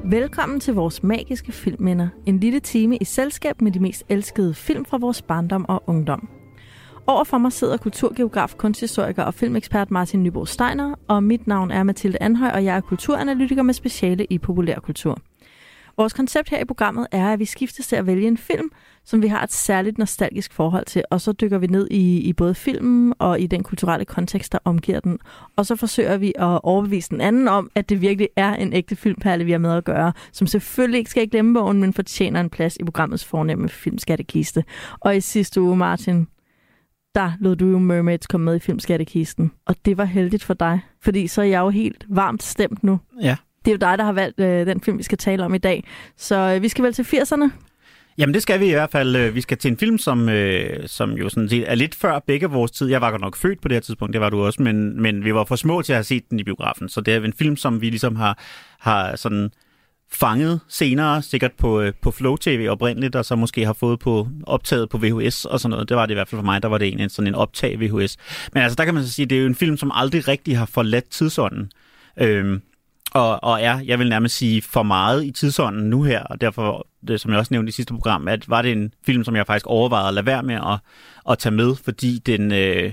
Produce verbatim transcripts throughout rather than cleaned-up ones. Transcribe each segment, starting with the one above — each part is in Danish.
Velkommen til vores magiske filmminder. En lille time i selskab med de mest elskede film fra vores barndom og ungdom. Overfor mig sidder kulturgeograf, kunsthistoriker og filmekspert Martin Nyborg Steiner, og mit navn er Mathilde Anhøj, og jeg er kulturanalytiker med speciale i populærkultur. Vores koncept her i programmet er, at vi skiftes til at vælge en film, som vi har et særligt nostalgisk forhold til, og så dykker vi ned i, i både filmen og i den kulturelle kontekst, der omgiver den. Og så forsøger vi at overbevise den anden om, at det virkelig er en ægte filmperle, vi har med at gøre, som selvfølgelig ikke skal i glemmebogen, men fortjener en plads i programmets fornemme filmskattekiste. Og i sidste uge, Martin, der lod du jo Mermaids komme med i filmskattekisten, og det var heldigt for dig, fordi så er jeg jo helt varmt stemt nu. Ja. Det er jo dig, der har valgt øh, den film, vi skal tale om i dag. Så øh, vi skal vel til firserne? Jamen det skal vi i hvert fald. Vi skal til en film, som, øh, som jo sådan set er lidt før begge vores tid. Jeg var godt nok født på det her tidspunkt, det var du også, men, men vi var for små til at have set den i biografen. Så det er en film, som vi ligesom har, har sådan fanget senere, sikkert på, øh, på Flow T V oprindeligt, og så måske har fået på optaget på V H S og sådan noget. Det var det i hvert fald for mig, der var det en, sådan en optag V H S. Men altså der kan man så sige, det er jo en film, som aldrig rigtig har forladt tidsånden. Øhm, Og, og er, jeg vil nærmest sige, for meget i tidsånden nu her, og derfor, det, som jeg også nævnte i sidste program, at var det en film, som jeg faktisk overvejede at lade være med at, at tage med, fordi den, øh,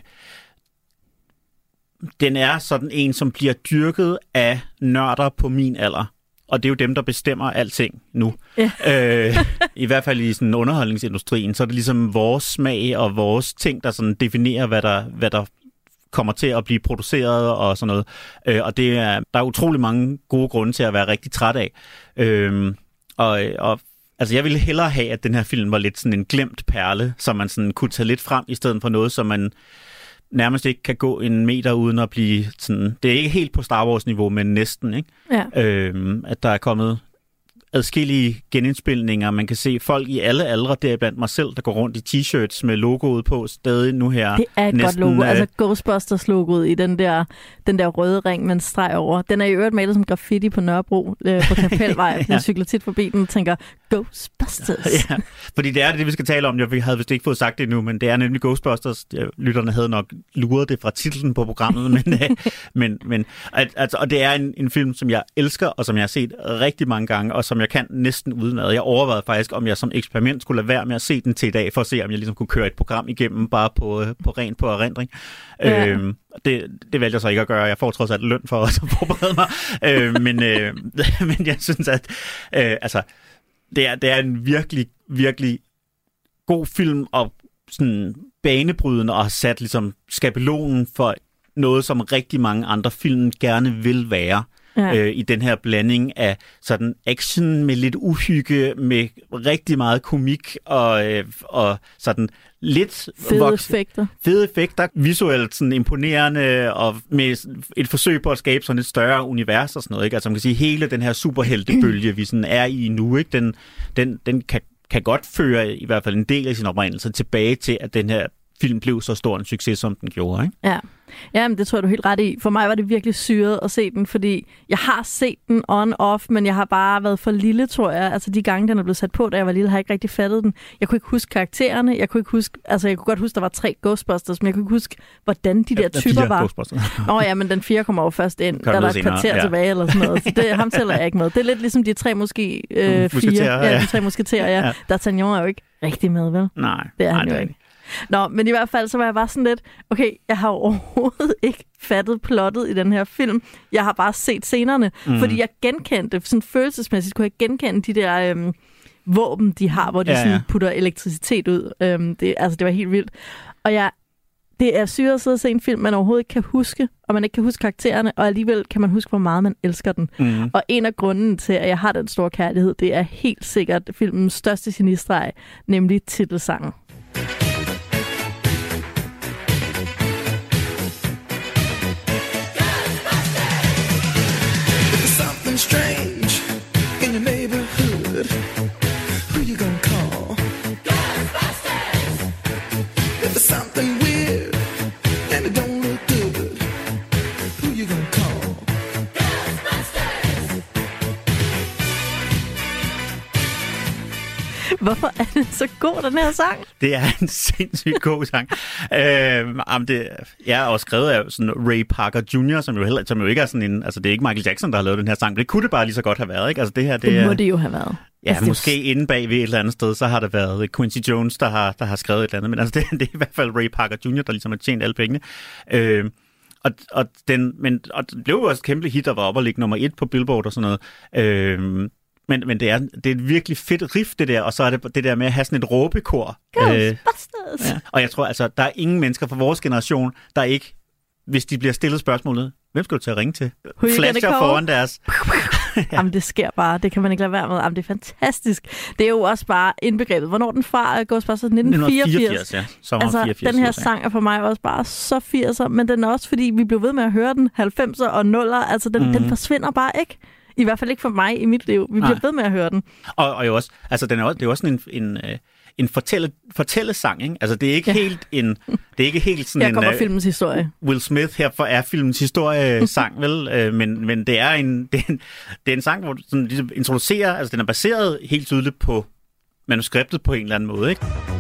den er sådan en, som bliver dyrket af nørder på min alder. Og det er jo dem, der bestemmer alting nu. Ja. øh, I hvert fald i sådan underholdningsindustrien, så er det ligesom vores smag og vores ting, der sådan definerer, hvad der, hvad der kommer til at blive produceret og sådan noget. Øh, og det er, der er utrolig mange gode grunde til at være rigtig træt af. Øh, og, og altså, jeg ville hellere have, at den her film var lidt sådan en glemt perle, som man sådan kunne tage lidt frem, i stedet for noget, som man nærmest ikke kan gå en meter uden at blive sådan. Det er ikke helt på Star Wars-niveau, men næsten, ikke? Ja. Øh, at der er kommet adskillige genindspilninger. Man kan se folk i alle aldre, deriblandt mig selv, der går rundt i t-shirts med logoet på stadig nu her. Det er et næsten, godt logo. øh... Altså Ghostbusters-logoet i den der, den der røde ring med en streg over. Den er i øvrigt malet som graffiti på Nørrebro øh, på Kapelvej. ja. Jeg cykler tit forbi den og tænker, Ghostbusters. Ja, fordi det er det, vi skal tale om. Jeg havde vist ikke fået sagt det endnu, men det er nemlig Ghostbusters. Lytterne havde nok luret det fra titlen på programmet, men, øh, men, men altså, og det er en, en film, som jeg elsker, og som jeg har set rigtig mange gange, og som jeg kan næsten udenad. Jeg overvejede faktisk, om jeg som eksperiment skulle lade være med at se den til i dag, for at se, om jeg ligesom kunne køre et program igennem, bare på, på rent på erindring. Ja. Øhm, det, det valgte jeg så ikke at gøre. Jeg får trods alt løn for at forberede mig. øh, men, øh, men jeg synes, at øh, altså, det, er, det er en virkelig, virkelig god film, og sådan banebrydende, og har sat ligesom skabelonen for noget, som rigtig mange andre film gerne vil være. Ja. Øh, i den her blanding af sådan action med lidt uhygge, med rigtig meget komik og, øh, og sådan lidt fede voks- effekter. Fede effekter, visuelt sådan imponerende, og med et forsøg på at skabe sådan et større univers og sådan noget, ikke? Altså man kan sige, hele den her superheltebølge, vi sådan er i nu, ikke? Den, den, den kan, kan godt føre i hvert fald en del af sin oprindelse tilbage til, at den her film blev så stor en succes, som den gjorde, ikke? Ja. Ja, men det tror jeg, du er helt ret i. For mig var det virkelig syret at se den, fordi jeg har set den on-off, men jeg har bare været for lille, tror jeg. Altså de gange, den er blevet sat på, da jeg var lille, har jeg ikke rigtig fattet den. Jeg kunne ikke huske karaktererne. Jeg kunne ikke huske, altså jeg kunne godt huske, der var tre Ghostbusters, men jeg kunne ikke huske, hvordan de der ja, typer var. Åh ja, men den fire kommer jo først ind, da der er et kvarter ja. tilbage eller sådan noget. Så det, ham tæller jeg ikke med. Det er lidt ligesom de tre måske øh, fire. Ja, ja, de tre musketerer, ja. ja. D'Artagnan er jo ikke rigtig med, vel? Nej. Det er nej, han jo det er ikke. Nå, men i hvert fald, så var jeg bare sådan lidt, okay, jeg har overhovedet ikke fattet plottet i den her film. Jeg har bare set scenerne, mm. fordi jeg genkendte, sådan følelsesmæssigt kunne jeg genkende de der øhm, våben, de har, hvor de ja, ja. sådan putter elektricitet ud. Øhm, det, altså, det var helt vildt. Og jeg, det er syret at sidde og se en film, man overhovedet ikke kan huske, og man ikke kan huske karaktererne, og alligevel kan man huske, hvor meget man elsker den. Mm. Og en af grunden til, at jeg har den store kærlighed, det er helt sikkert filmens største genistreg, nemlig titelsangen. Strange in your neighborhood. Who you gonna call? Ghostbusters! If there's something weird and it don't look good, who you gonna call? Ghostbusters! Hvorfor er den så god, den her sang? Det er en sindssygt god sang. øh, det er også skrevet af sådan Ray Parker junior, som jo, heller, som jo ikke er sådan en... Altså, det er ikke Michael Jackson, der har lavet den her sang, men det kunne det bare lige så godt have været, ikke? Altså, det her, det, det må er, det jo have været. Ja, altså, måske jo... inde bag ved et eller andet sted, så har det været Quincy Jones, der har, der har skrevet et eller andet. Men altså, det, det er i hvert fald Ray Parker junior, der ligesom har tjent alle pengene. Øh, og, og, den, men, og det blev jo også et kæmpe hit, der var oppe og ligge nummer et på Billboard og sådan noget. Øh, Men, men det, er, det er et virkelig fedt riff, det der, og så er det det der med at have sådan et råbekor. Ghostbusters! Øh, ja. Og jeg tror, altså, der er ingen mennesker fra vores generation, der ikke, hvis de bliver stillet spørgsmålet, hvem skal du til at ringe til? Flasher foran deres... ja. Jamen, det sker bare. Det kan man ikke lade være med. Jamen, det er fantastisk. Det er jo også bare indbegrebet. Hvornår den fra Ghostbusters? nitten fireogfirs. Ja. Altså, fireogfirs, den her sang er for mig også bare så firser, men den er også, fordi vi blev ved med at høre den halvfemser og nuller. Altså, den, mm. den forsvinder bare ikke. I hvert fald ikke for mig i mit liv. Vi bliver Nej. ved med at høre den. Og, og jo også, altså den er også, det er også sådan en, en, en fortælle, fortællesang, ikke? Altså det er ikke ja. helt en, det er ikke helt sådan her en... kommer uh, filmens historie. Will Smith her for er filmens historie sang, vel? Uh, men, men det er en, det er en, det er en sang, hvor du sådan, ligesom introducerer, altså den er baseret helt tydeligt på manuskriptet på en eller anden måde, ikke?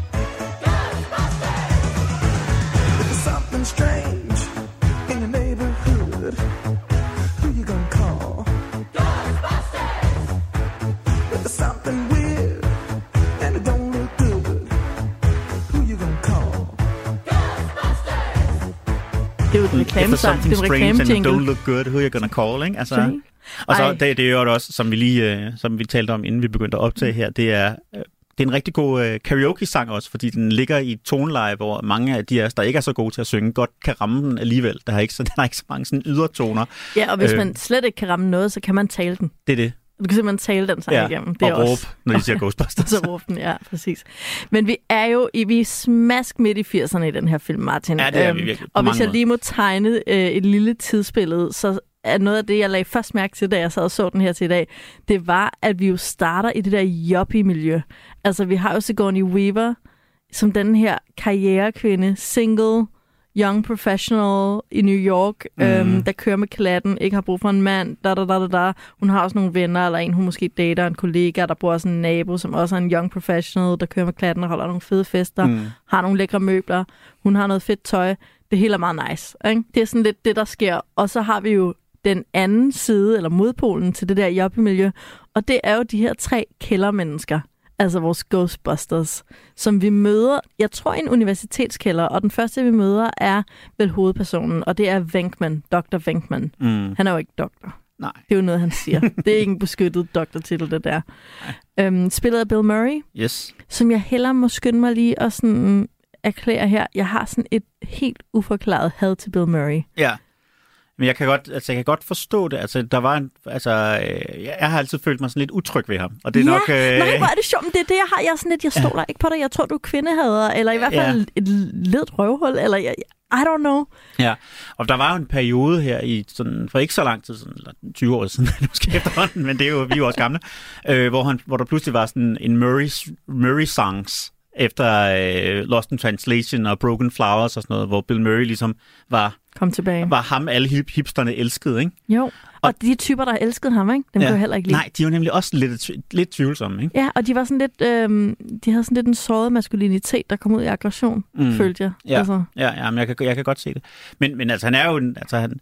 Det er jo en reklamesang, det er en reklamejingle. Don't look good, who you gonna call, ikke? Altså, og så det, det er jo også, som vi lige, som vi talte om, inden vi begyndte at optage her, det er, det er en rigtig god uh, karaoke-sang også, fordi den ligger i et toneleje, hvor mange af de af os, der ikke er så gode til at synge, godt kan ramme den alligevel. Der er ikke så, der er ikke så mange sådan ydertoner. Ja, og hvis øh, man slet ikke kan ramme noget, så kan man tale den. Det er det. Du kan simpelthen tale den sang ja, igennem. Det og er råb, også... når de siger Ghostbusters. Så råb den, ja, præcis. Men vi er jo i, vi er smask midt i firserne i den her film, Martin. Ja, det er vi virkelig. Og hvis jeg lige må tegne øh, et lille tidsbillede, så er noget af det, jeg lagde først mærke til, da jeg sad og så den her til i dag, det var, at vi jo starter i det der yuppie-miljø. Altså, vi har jo Sigourney Weaver, som den her karrierekvinde, single, young professional i New York, mm. øhm, der kører med klatten, ikke har brug for en mand, da, da, da, da, da. Hun har også nogle venner, eller en, hun måske dater, en kollega, der bor også en nabo, som også er en young professional, der kører med klatten og holder nogle fede fester, mm. har nogle lækre møbler, hun har noget fedt tøj. Det hele er meget nice. Ikke? Det er sådan lidt det, der sker. Og så har vi jo den anden side, eller modpolen til det der yuppie-miljø, og det er jo de her tre kældermennesker, altså vores Ghostbusters, som vi møder, jeg tror, i en universitetskælder, og den første, vi møder, er vel hovedpersonen, og det er Venkman, doktor Venkman. Mm. Han er jo ikke doktor. Nej. Det er jo noget, han siger. Det er ikke en beskyttet doktortitel, det der. Øhm, spillet af Bill Murray, yes. som jeg hellere må skynde mig lige at sådan erklære her. Jeg har sådan et helt uforklaret had til Bill Murray. Ja. Men jeg kan godt, altså jeg kan godt forstå det. Altså der var en, altså øh, jeg har altid følt mig sådan lidt utryg ved ham. Og det er ja, nok. Øh... nej, hvor er det sjovt. Det er det jeg har. Jeg er sådan lidt, jeg stoler ja. ikke på dig. Jeg tror du er kvindehader, eller i hvert fald ja. et ledt røvhul, eller jeg, I don't know. Ja. Og der var jo en periode her i sådan for ikke så lang tid siden, eller tyve år siden måske efterhånden, men det er jo vi er jo også gamle, øh, hvor han hvor der pludselig var sådan en Murray Murray songs efter øh, Lost in Translation og Broken Flowers og sådan noget, hvor Bill Murray ligesom var Kom tilbage. Var ham alle hip- hipsterne elskede, ikke? Jo, og, og de typer, der elskede ham, ikke? Dem ja. Kunne jeg heller ikke lide. Nej, de var nemlig også lidt, lidt tvivlsomme, ikke? Ja, og de var sådan lidt, øh, de havde sådan lidt en såret maskulinitet, der kom ud i aggression, mm. følte jeg. Ja, altså. ja, ja men jeg kan, jeg kan godt se det. Men, men altså, han er jo en, altså han,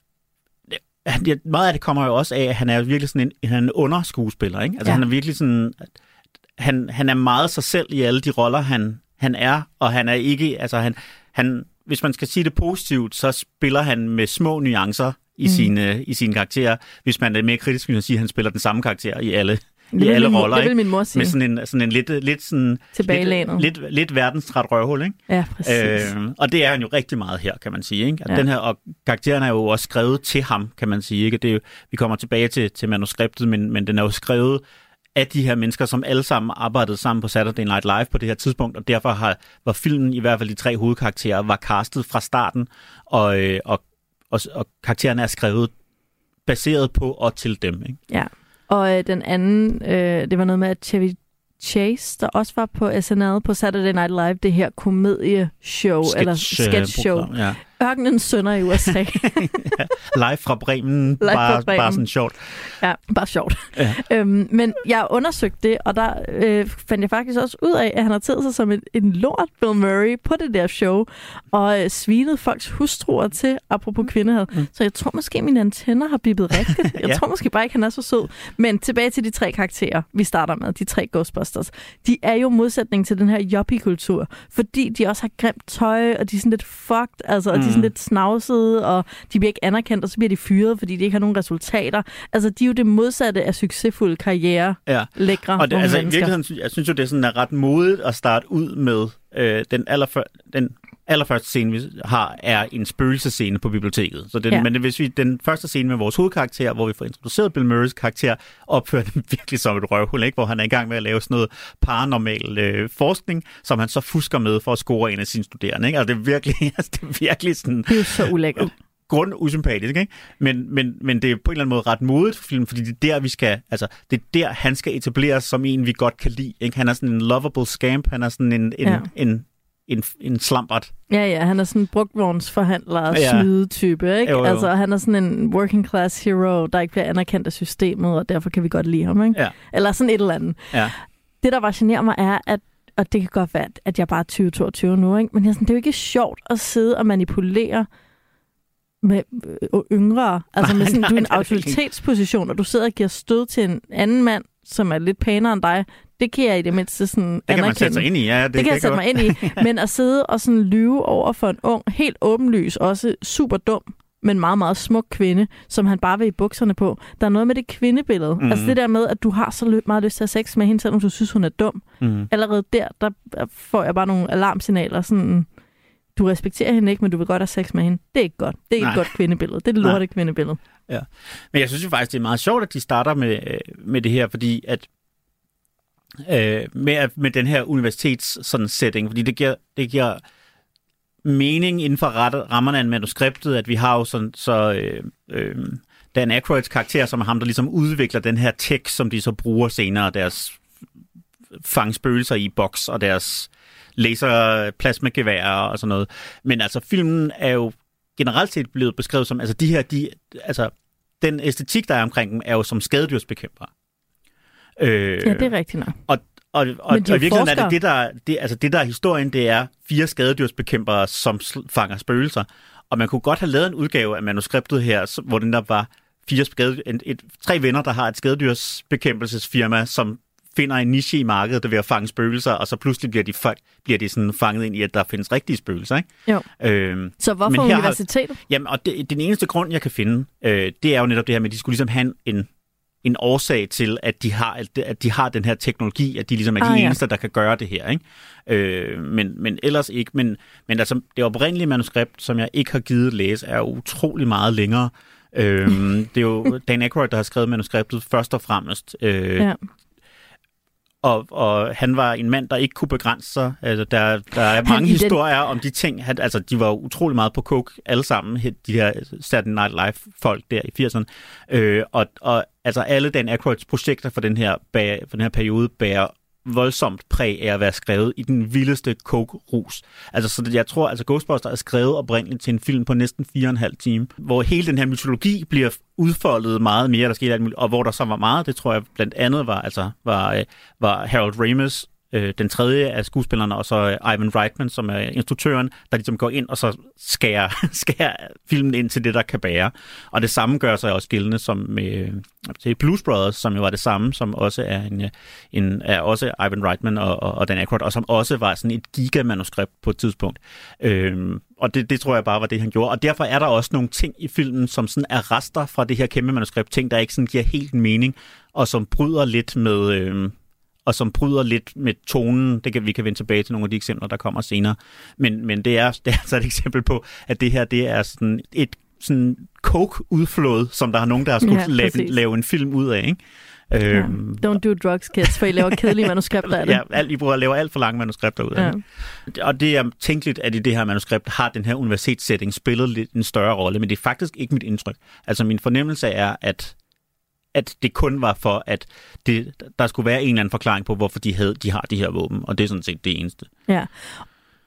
han, meget af det kommer jo også af, at han er virkelig sådan en, han er en underskuespiller, ikke? Altså ja. Han er virkelig sådan, han, han er meget sig selv i alle de roller, han, han er, og han er ikke, altså han, han hvis man skal sige det positivt, så spiller han med små nuancer i, mm. sine, i sine karakterer. Hvis man er mere kritisk, vil man sige, at han spiller den samme karakter i alle, i alle min, roller. Det vil min mor sige. Med sådan en, sådan en lidt, lidt, sådan, tilbagelænet. Lidt, lidt, lidt verdenstræt røvhul, ikke? Ja, præcis. Øh, og det er han jo rigtig meget her, kan man sige. Ikke? Ja. Den her, og karakteren er jo også skrevet til ham, kan man sige. Ikke? Det er jo, vi kommer tilbage til, til manuskriptet, men, men den er jo skrevet af de her mennesker, som alle sammen arbejdede sammen på Saturday Night Live på det her tidspunkt, og derfor har, var filmen, i hvert fald de tre hovedkarakterer, var castet fra starten, og, og, og, og karaktererne er skrevet baseret på og til dem. Ikke? Ja, og øh, den anden, øh, det var noget med, at Chevy Chase, der også var på S N L på Saturday Night Live, det her komedieshow, Sketch, eller sketch show, ja. ørkenens sønner i U S A. ja, live fra Bremen. Live bare, fra Bremen. bare sådan sjovt. Ja, bare sjovt. Ja. Øhm, men jeg undersøgte det, og der øh, fandt jeg faktisk også ud af, at han har taget sig som en, en lort, Bill Murray, på det der show, og øh, svinede folks hustruer til, apropos kvindehed. Mm. Så jeg tror måske, mine antenner har bippet rigtigt. Jeg ja. tror måske bare ikke, han er så sød. Men tilbage til de tre karakterer, vi starter med, de tre Ghostbusters. De er jo modsætning til den her yuppie-kultur, fordi de også har grimt tøj, og de er sådan lidt fucked, altså, og mm. de er sådan lidt snavsede, og de bliver ikke anerkendt, og så bliver de fyret, fordi de ikke har nogen resultater. Altså, de er jo det modsatte af succesfulde karriere, ja. lækre og det, altså, i mennesker. virkeligheden, jeg synes jo, det er sådan er ret modigt at starte ud med øh, den, allerfør, den allerførste scene, vi har, er en spøgelsescene på biblioteket. Så den, ja. Men hvis vi den første scene med vores hovedkarakter, hvor vi får introduceret Bill Murrays karakter, opfører den virkelig som et røvhul, ikke? Hvor han er i gang med at lave sådan noget paranormal øh, forskning, som han så fusker med for at score en af sine studerende. Ikke? Altså, det er virkelig, altså, det er virkelig sådan... Det er jo så ulækkert. Grundusympatisk, ikke? Men, men, men det er på en eller anden måde ret modigt for filmen, fordi det er der, vi skal, altså, det er der, han skal etableres som en, vi godt kan lide, ikke? Han er sådan en lovable scamp, han er sådan en, en, ja. en, en, en slampert. Ja, ja, han er sådan en brugtvognsforhandler og ja. snydetype, ikke? Jo, jo. Altså, han er sådan en working class hero, der ikke bliver anerkendt af systemet, og derfor kan vi godt lide ham, ikke? Ja. Eller sådan et eller andet. Ja. Det, der bare generer mig, er, at og det kan godt være, at jeg bare er tyve toogtyve nu, ikke? Men jeg, sådan, det er jo ikke sjovt at sidde og manipulere med yngre, altså med sådan, nej, du er en autoritetsposition, og du sidder og giver stød til en anden mand, som er lidt pænere end dig, det kan jeg i det mindste sådan anerkende. Det kan man sætte sig ind i, ja. Det, det kan jeg sætte mig ind i, men at sidde og sådan lyve over for en ung, helt åbenlys, også super dum, men meget, meget smuk kvinde, som han bare vil i bukserne på. Der er noget med det kvindebillede. Mm. Altså det der med, at du har så meget lyst til at have sex med hende, selvom du synes, hun er dum. Mm. Allerede der, der får jeg bare nogle alarmsignaler, sådan... Du respekterer hende ikke, men du vil godt have sex med hende. Det er ikke godt. Det er ikke et godt kvindebillede. Det er det lorte kvindebillede. Ja. Men jeg synes jo faktisk, det er meget sjovt, at de starter med, med det her, fordi at øh, med, med den her universitets sådan setting, fordi det giver, det giver mening inden for rammerne af manuskriptet, at vi har jo sådan, så øh, øh, Dan Aykroyds karakter, som er ham, der ligesom udvikler den her tech, som de så bruger senere, deres fangspøgelser i boks og deres laserplasmageværer og sådan noget. Men altså, filmen er jo generelt set blevet beskrevet som, altså de her, de, altså den æstetik, der er omkring dem, er jo som skadedyrsbekæmpere. Øh, ja, det er rigtigt nok. Og, og, og, og i virkeligheden er det, det der, det, altså det der er historien, det er fire skadedyrsbekæmpere, som fanger spøgelser. Og man kunne godt have lavet en udgave af manuskriptet her, hvor den der var fire skade, et, et, tre venner, der har et skadedyrsbekæmpelsesfirma, som finder en niche i markedet, der vil at fange spøgelser, og så pludselig bliver de, bliver de sådan fanget ind i, at der findes rigtige spøgelser, ikke? Jo. Øhm, så hvorfor universitetet? Har, jamen, og det, den eneste grund, jeg kan finde, øh, det er jo netop det her med, at de skulle ligesom have en, en årsag til, at de, har, at de har den her teknologi, at de ligesom er de ah, ja. eneste, der kan gøre det her, ikke? Øh, men, men ellers ikke. Men, men altså, det oprindelige manuskript, som jeg ikke har givet læse, er utrolig meget længere. Øh, det er jo Dan Aykroyd, der har skrevet manuskriptet først og fremmest. Øh, ja. Og, og han var en mand, der ikke kunne begrænse sig. Altså, der, der er mange historier den... om de ting. Han, altså, de var utrolig meget på coke alle sammen, de her Saturday Night Live-folk der i firserne. Øh, og, og altså, alle Dan Aykroyds projekter for den her, bag, for den her periode bærer voldsomt præg af at være skrevet i den vildeste coke-rus. Altså, så jeg tror, altså Ghostbusters er skrevet oprindeligt til en film på næsten fire og en halv time, hvor hele den her mytologi bliver udfoldet meget mere, der skete alt muligt, og hvor der så var meget, det tror jeg blandt andet var, altså, var, var Harold Ramis, øh, den tredje af skuespillerne, og så Ivan Reitman, som er instruktøren, der ligesom går ind og så skærer, skærer filmen ind til det, der kan bære. Og det samme gør sig også gældende som med til Blues Brothers, som jo var det samme, som også er, en, en, er også Ivan Reitman og, og, og Dan Aykroyd, og som også var sådan et gigamanuskript på et tidspunkt. Øhm, og det, det tror jeg bare var det, han gjorde. Og derfor er der også nogle ting i filmen, som sådan er rester fra det her kæmpe manuskript, ting, der ikke sådan giver helt mening, og som bryder lidt med... Øhm, og som bryder lidt med tonen. Det kan vi kan vende tilbage til nogle af de eksempler, der kommer senere. Men, men det, er, det er altså et eksempel på, at det her det er sådan et sådan coke-udflåd, som der er nogen, der har skulle ja, lave, lave en film ud af. Ikke? Ja. Øhm, Don't do drugs, kids, for I laver kedelige manuskripter af det. Ja, alt, I bruger laver alt for lange manuskripter ud af det. Ja. Og det er tænkeligt, at i det her manuskript har den her universitetssetting spillet lidt en større rolle, men det er faktisk ikke mit indtryk. Altså min fornemmelse er, at at det kun var for, at det, der skulle være en eller anden forklaring på, hvorfor de, havde, de har de her våben, og det er sådan set det eneste. Ja,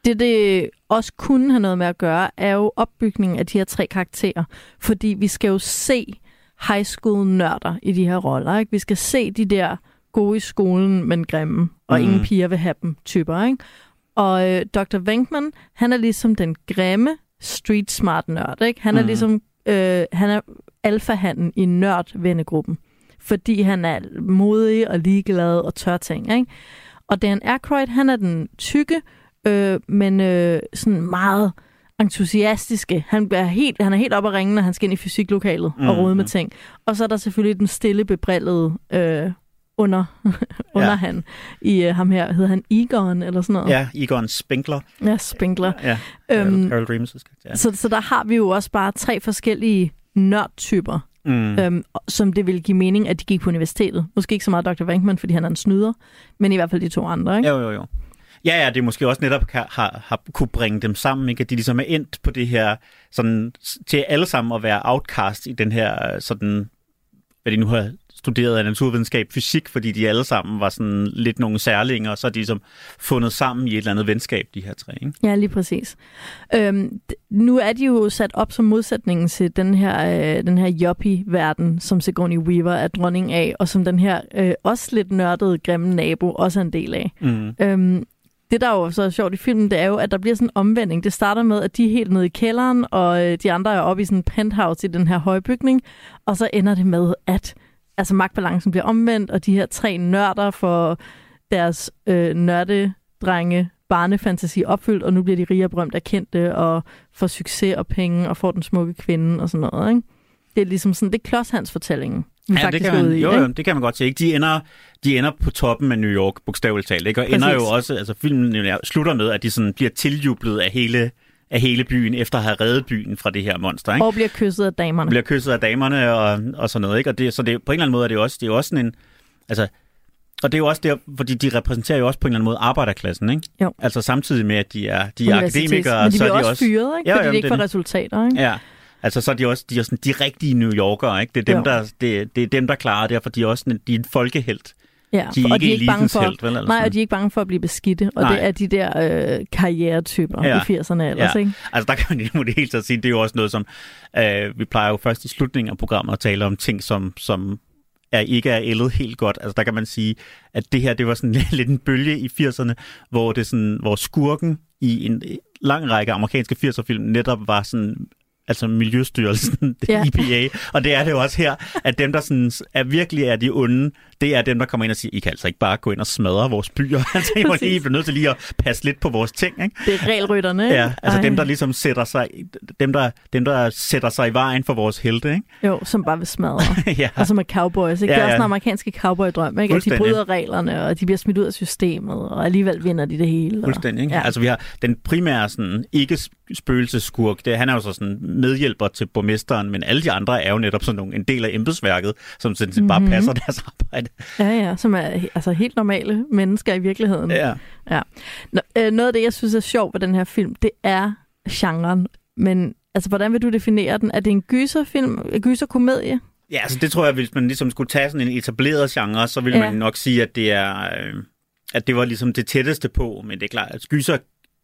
det, det også kunne have noget med at gøre, er jo opbygningen af de her tre karakterer. Fordi vi skal jo se high school-nørder i de her roller. Ikke? Vi skal se de der gode i skolen, men grimme, og mm. ingen piger vil have dem typer. Ikke? Og øh, doktor Venkman, han er ligesom den grimme street-smart nørd. Ikke? Han er mm. ligesom øh, han er alfahanden i nørd-vennegruppen. Fordi han er modig og ligeglad og tør ting. Ikke? Og Dan Aykroyd, han er den tykke, øh, men øh, sådan meget entusiastiske. Han er helt, han er helt oppe at ringe, når han skal ind i fysiklokalet mm, og rode med ting. Og så er der selvfølgelig den stille, bebrillede øh, under, under ja. han i øh, ham her. Hedder han Egon eller sådan noget? Ja, Egon Spengler. Ja, Spengler. Ja, øhm, Harold Ramis. Ja. Så, så der har vi jo også bare tre forskellige nørdtyper, mm. øhm, som det ville give mening, at de gik på universitetet. Måske ikke så meget doktor Venkman, fordi han er en snyder, men i hvert fald de to andre, ikke? Jo, jo, jo. Ja, ja, det er måske også netop har, har, har kunne bringe dem sammen, ikke? At de ligesom er endt på det her, sådan, til alle sammen at være outcast i den her, sådan, hvad de nu har studeret af naturvidenskab, fysik, fordi de alle sammen var sådan lidt nogle særlinger, og så er de ligesom fundet sammen i et eller andet venskab, de her tre, ikke? Ja, lige præcis. Øhm, nu er de jo sat op som modsætningen til den her, øh, den her yuppie-verden, som Sigourney Weaver er dronning af, og som den her øh, også lidt nørdede, grimme nabo også er en del af. Mm. Øhm, Det, der er jo så er sjovt i filmen, det er jo, at der bliver sådan en omvending. Det starter med, at de er helt nede i kælderen, og øh, de andre er oppe i sådan en penthouse i den her høje bygning. Og så ender det med, at altså, magtbalancen bliver omvendt, og de her tre nørder får deres øh, nørdedrenge barnefantasi opfyldt, og nu bliver de rige og berømt erkendte, og får succes og penge, og får den smukke kvinde og sådan noget, ikke? Det er ligesom sådan, det er Klods-Hans-fortællingen. Ja, det kan man, i, jo, jo, det kan man godt se. Ikke? De, ender, de ender på toppen af New York, bogstaveligt talt. Ikke? Og Præcis. ender jo også, altså filmen slutter med, at de sådan bliver tiljublet af hele, af hele byen, efter at have reddet byen fra det her monster. Ikke? Og bliver kysset af damerne. Bliver kysset af damerne og, og sådan noget. Ikke? Og det, så det, på en eller anden måde er det jo også, det er også sådan en, altså, og det er jo også der, fordi de repræsenterer jo også på en eller anden måde arbejderklassen, ikke? Jo. Altså samtidig med, at de er, de er akademikere. Men de bliver så er de også, også fyret, ikke? Ja, Fordi jamen, de ikke det, får resultater, ikke? Ja. Altså, så er de også de er sådan de rigtige New Yorkere, ikke? Det er dem, der, det, det er dem, der klarer det, for de er også en, de er en folkehelt. Ja, de er og ikke de er ikke bange for, helt, vel, nej, sådan. Og de er ikke bange for at blive beskidte, og nej. Det er de der øh, karrieretyper ja. i firserne ellers, ja. ikke? Altså, der kan man jo det helt så sige, det er jo også noget, som øh, vi plejer jo først i slutningen af programmet at tale om ting, som, som er, ikke er ældet helt godt. Altså, der kan man sige, at det her, det var sådan lidt en bølge i firserne, hvor det sådan, hvor skurken i en lang række amerikanske firser-film netop var sådan, altså Miljøstyrelsen, ja. E P A, og det er det jo også her, at dem, der sådan er virkelig er de onde, det er dem, der kommer ind og siger, I kan altså ikke bare gå ind og smadre vores byer. Altså, I må lige blive nødt til lige at passe lidt på vores ting, ikke? Det er regelrytterne, ikke? Ja, altså Ej. dem, der ligesom sætter sig, dem der, dem, der sætter sig i vejen for vores helte, ikke? Jo, som bare vil smadre. ja. Og som er cowboys, ikke? Ja, ja. Det er også en amerikanske cowboy-drøm, ikke? At de bryder reglerne, og de bliver smidt ud af systemet, og alligevel vinder de det hele. Og... Fuldstændig, ikke? Ja. Altså, vi har den primære sådan, ikke-spøgelsesskurk, det, han er jo så sådan medhjælper til borgmesteren, men alle de andre er jo netop sådan nogle, en del af embedsværket, som sådan mm-hmm. bare passer deres arbejde. Ja, ja, som er altså helt normale mennesker i virkeligheden. Ja. Ja. Nå, øh, noget af det, jeg synes er sjovt ved den her film, det er genren. Men altså, hvordan vil du definere den? Er det en gyserfilm, en gyserkomedie? Ja, altså det tror jeg, hvis man ligesom skulle tage sådan en etableret genre, så ville ja. man nok sige, at det er, øh, at det var ligesom det tætteste på, men det er klart, at gyser,